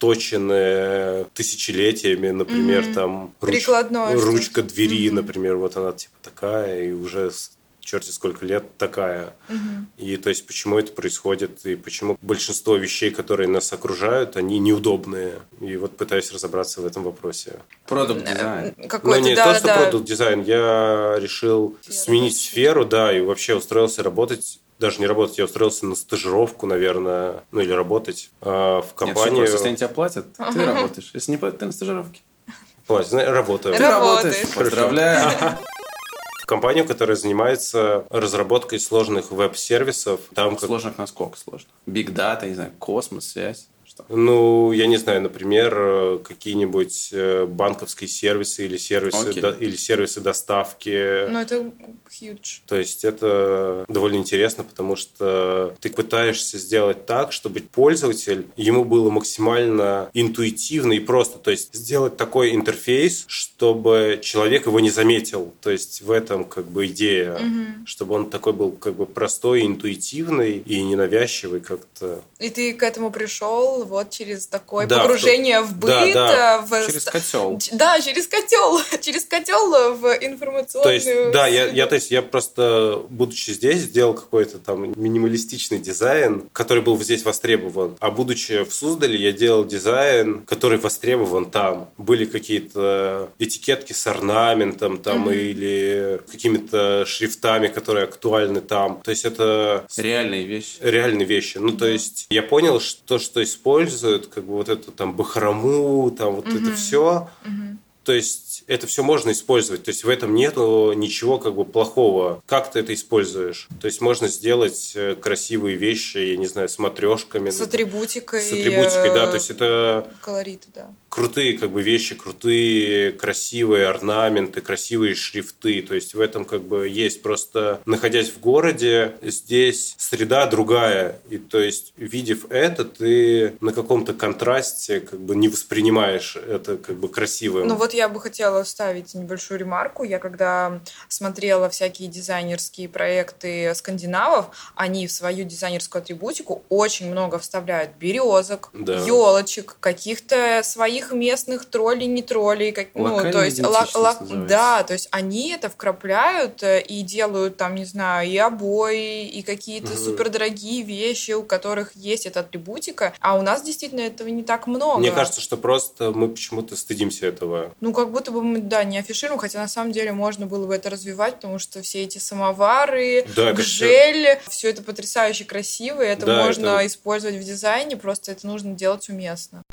отточены тысячелетиями, например, mm-hmm. там руч... ручка двери, mm-hmm. например, вот она типа такая, и уже черти сколько лет такая. Угу. И то есть почему это происходит, и почему большинство вещей, которые нас окружают, они неудобные. И вот пытаюсь разобраться в этом вопросе. Продукт-дизайн. Ну, не да, то, что да. продукт-дизайн. Я решил Сфера. сменить сферу, да, и вообще устроился работать. Даже не работать, я устроился на стажировку, наверное, ну или работать э, в компанию. Нет, просто, если они тебя платят, uh-huh. ты работаешь. Если не платят, ты на стажировке. Платят, работаю. Ты работаешь. Поздравляю. Компанию, которая занимается разработкой сложных веб-сервисов. Там сложных как... насколько сложно? Big Data, не знаю, космос, связь? Что? Ну, я не знаю, например, какие-нибудь банковские сервисы или сервисы, okay. до... или сервисы доставки. Ну, это huge. То есть это довольно интересно, потому что ты пытаешься сделать так, чтобы пользователь, ему было максимально интуитивно и просто. То есть сделать такой интерфейс, чтобы человек его не заметил. То есть в этом как бы идея, угу. чтобы он такой был как бы простой, интуитивный и ненавязчивый как-то. И ты к этому пришел вот через такое да, погружение в, в быт. Да, да. В... Через котел. Да, через котел. Через котел в информационную... То есть, да, я, я, то есть, я просто, будучи здесь, сделал какой-то там минималистичный дизайн, который был здесь востребован. А будучи в Суздале, я делал дизайн, который востребован там. Были какие-то этикетки с орнаментом там, mm-hmm. или какими-то шрифтами, которые актуальны там. То есть это... Реальные вещи. Реальные вещи. Ну, mm-hmm. то есть я понял, что, что используют, как бы вот эту там бахрому, там вот mm-hmm. это все. Mm-hmm. То есть это все можно использовать. То есть в этом нету ничего как бы плохого. Как ты это используешь? То есть можно сделать красивые вещи, я не знаю, с матрешками. С атрибутикой. С атрибутикой, да. То есть это... Колориты, да. Крутые как бы вещи, крутые, красивые орнаменты, красивые шрифты. То есть в этом как бы есть. Просто находясь в городе, здесь среда другая. И то есть, видев это, ты на каком-то контрасте как бы не воспринимаешь это как бы красивым. Ну вот я бы хотела вставить небольшую ремарку. Я когда смотрела всякие дизайнерские проекты скандинавов, они в свою дизайнерскую атрибутику очень много вставляют березок, да. елочек, каких-то своих местных троллей, не троллей, как, ну, то есть, ла, ла, да, то есть они это вкрапляют и делают там, не знаю, и обои, и какие-то угу. супердорогие вещи, у которых есть эта атрибутика, а у нас действительно этого не так много. Мне кажется, что просто мы почему-то стыдимся этого. Ну, как будто бы мы, да, не афишируем, хотя на самом деле можно было бы это развивать, потому что все эти самовары, да, гжель, все... все это потрясающе красиво, и это да, можно это... использовать в дизайне, просто это нужно делать уместно.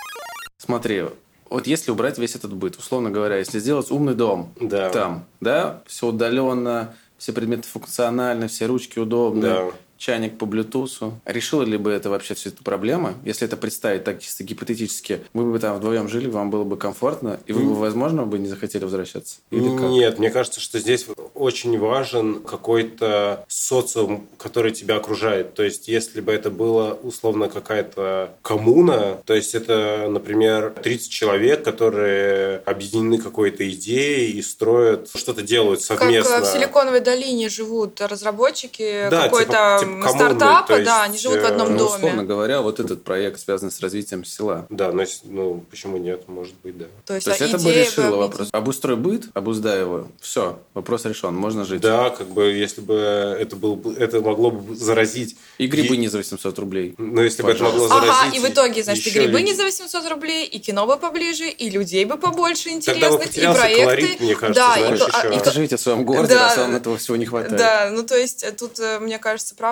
Смотри, вот если убрать весь этот быт, условно говоря, если сделать умный дом да. там, да, все удаленно, все предметы функциональны, все ручки удобны, да. чайник по Bluetooth. Решила ли бы это вообще всю эту проблему? Если это представить так чисто гипотетически, вы бы там вдвоем жили, вам было бы комфортно, и вы бы, возможно, бы не захотели возвращаться? Или как? Нет, мне кажется, что здесь очень важен какой-то социум, который тебя окружает. То есть, если бы это была условно какая-то коммуна, то есть это, например, тридцать человек, которые объединены какой-то идеей и строят, что-то делают совместно. Как в Силиконовой долине живут разработчики да, какой-то типа, типа стартапа, есть, да, они живут в одном ну, доме. Условно говоря, вот этот проект связан с развитием села. Да, но ну, почему нет, может быть, да. То есть, То есть а это бы решило вопрос. Обустрой быт, обуздай его. Все, вопрос решен, можно жить. Да, как бы, если бы это было, это могло бы заразить... И грибы и... не за восемьсот рублей. Ну, если бы это могло заразить... Ага, и в итоге, значит, и грибы люди... не за восемьсот рублей, и кино бы поближе, и людей бы побольше интересных, тогда бы потерялся и проекты. Колорит, мне кажется, да, знаешь, и, еще. И, и живите в своем городе, да, раз вам этого всего не хватает. Да, ну то есть тут, мне кажется, правда,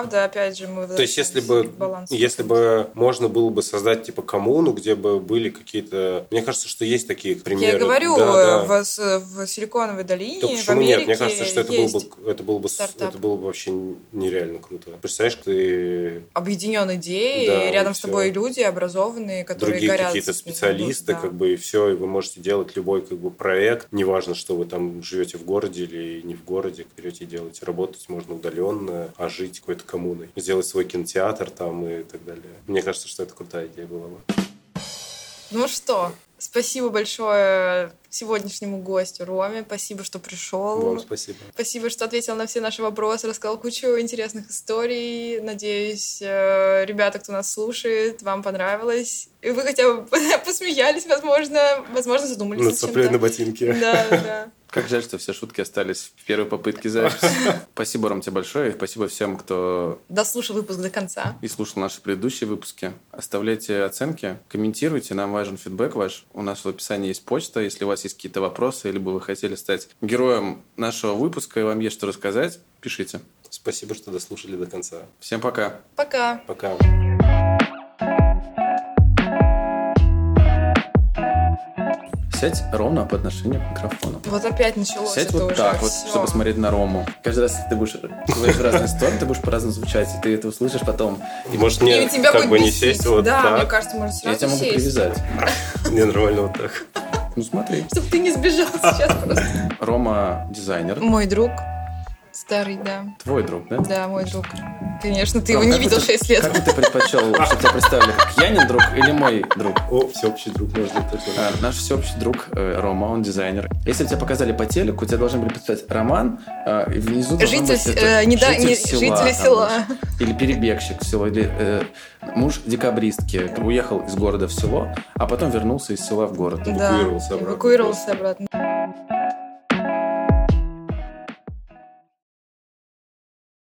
правда, опять же, мы То есть, если бы, если бы можно было бы создать, типа, коммуну, где бы были какие-то... Мне кажется, что есть такие примеры. Я говорю, да, в, да. в Силиконовой долине, то в почему Америке нет? Мне кажется, что это было бы, это было бы, стартап. это было бы вообще нереально круто. Представляешь, ты... Объединен идеей, да, рядом с все. тобой люди образованные, которые Другие горят. какие-то специалисты, да. как бы, и все, и вы можете делать любой, как бы, проект. Неважно, что вы там живете в городе или не в городе, берете и делаете. Работать можно удаленно, а жить какой-то коммуной. Сделать свой кинотеатр там и так далее. Мне кажется, что это крутая идея была бы. Ну что, спасибо большое сегодняшнему гостю Роме. Спасибо, что пришел. Вам спасибо. Спасибо, что ответил на все наши вопросы, рассказал кучу интересных историй. Надеюсь, ребята, кто нас слушает, вам понравилось. И вы хотя бы посмеялись, возможно, возможно, задумались над чем-то. Нацеплены на ботинки. Да, да. Как жаль, что все шутки остались в первой попытке записи. Спасибо, Ром, тебе большое. И спасибо всем, кто... дослушал выпуск до конца. И слушал наши предыдущие выпуски. Оставляйте оценки, комментируйте. Нам важен фидбэк ваш. У нас в описании есть почта. Если у вас есть какие-то вопросы, либо вы хотели стать героем нашего выпуска, и вам есть что рассказать, пишите. Спасибо, что дослушали до конца. Всем пока. Пока. Пока. Сядь ровно по отношению к микрофону. Вот опять началось. Сядь это вот уже так вот, всё. чтобы смотреть на Рому. Каждый раз, если ты будешь говорить в разные стороны, ты будешь по-разному звучать, и ты это услышишь потом. И может мне И тебя как будет бы не бесить. сесть вот да, так? мне кажется, можно сразу Я тебя могу сесть. привязать. Мне нормально вот так. Ну смотри. Чтобы ты не сбежал сейчас просто. Рома дизайнер. Мой друг. Старый, да. Твой друг, да? Да, мой друг. Конечно, ты Ром, его не как бы видел ты- шесть лет. Как бы ты предпочел, что тебя представили? Как Янин друг или мой друг? О, всеобщий друг можно точно. А, наш всеобщий друг э, Рома, он дизайнер. Если тебя показали по телеку, тебя должны были представить Роман, э, и внизу должно Житель, быть это, э, не да- не- села, житель там, села. Или перебегщик в село, или э, муж декабристки. Уехал из города в село, а потом вернулся из села в город. Да, Эвакуировался обратно. эвакуировался обратно.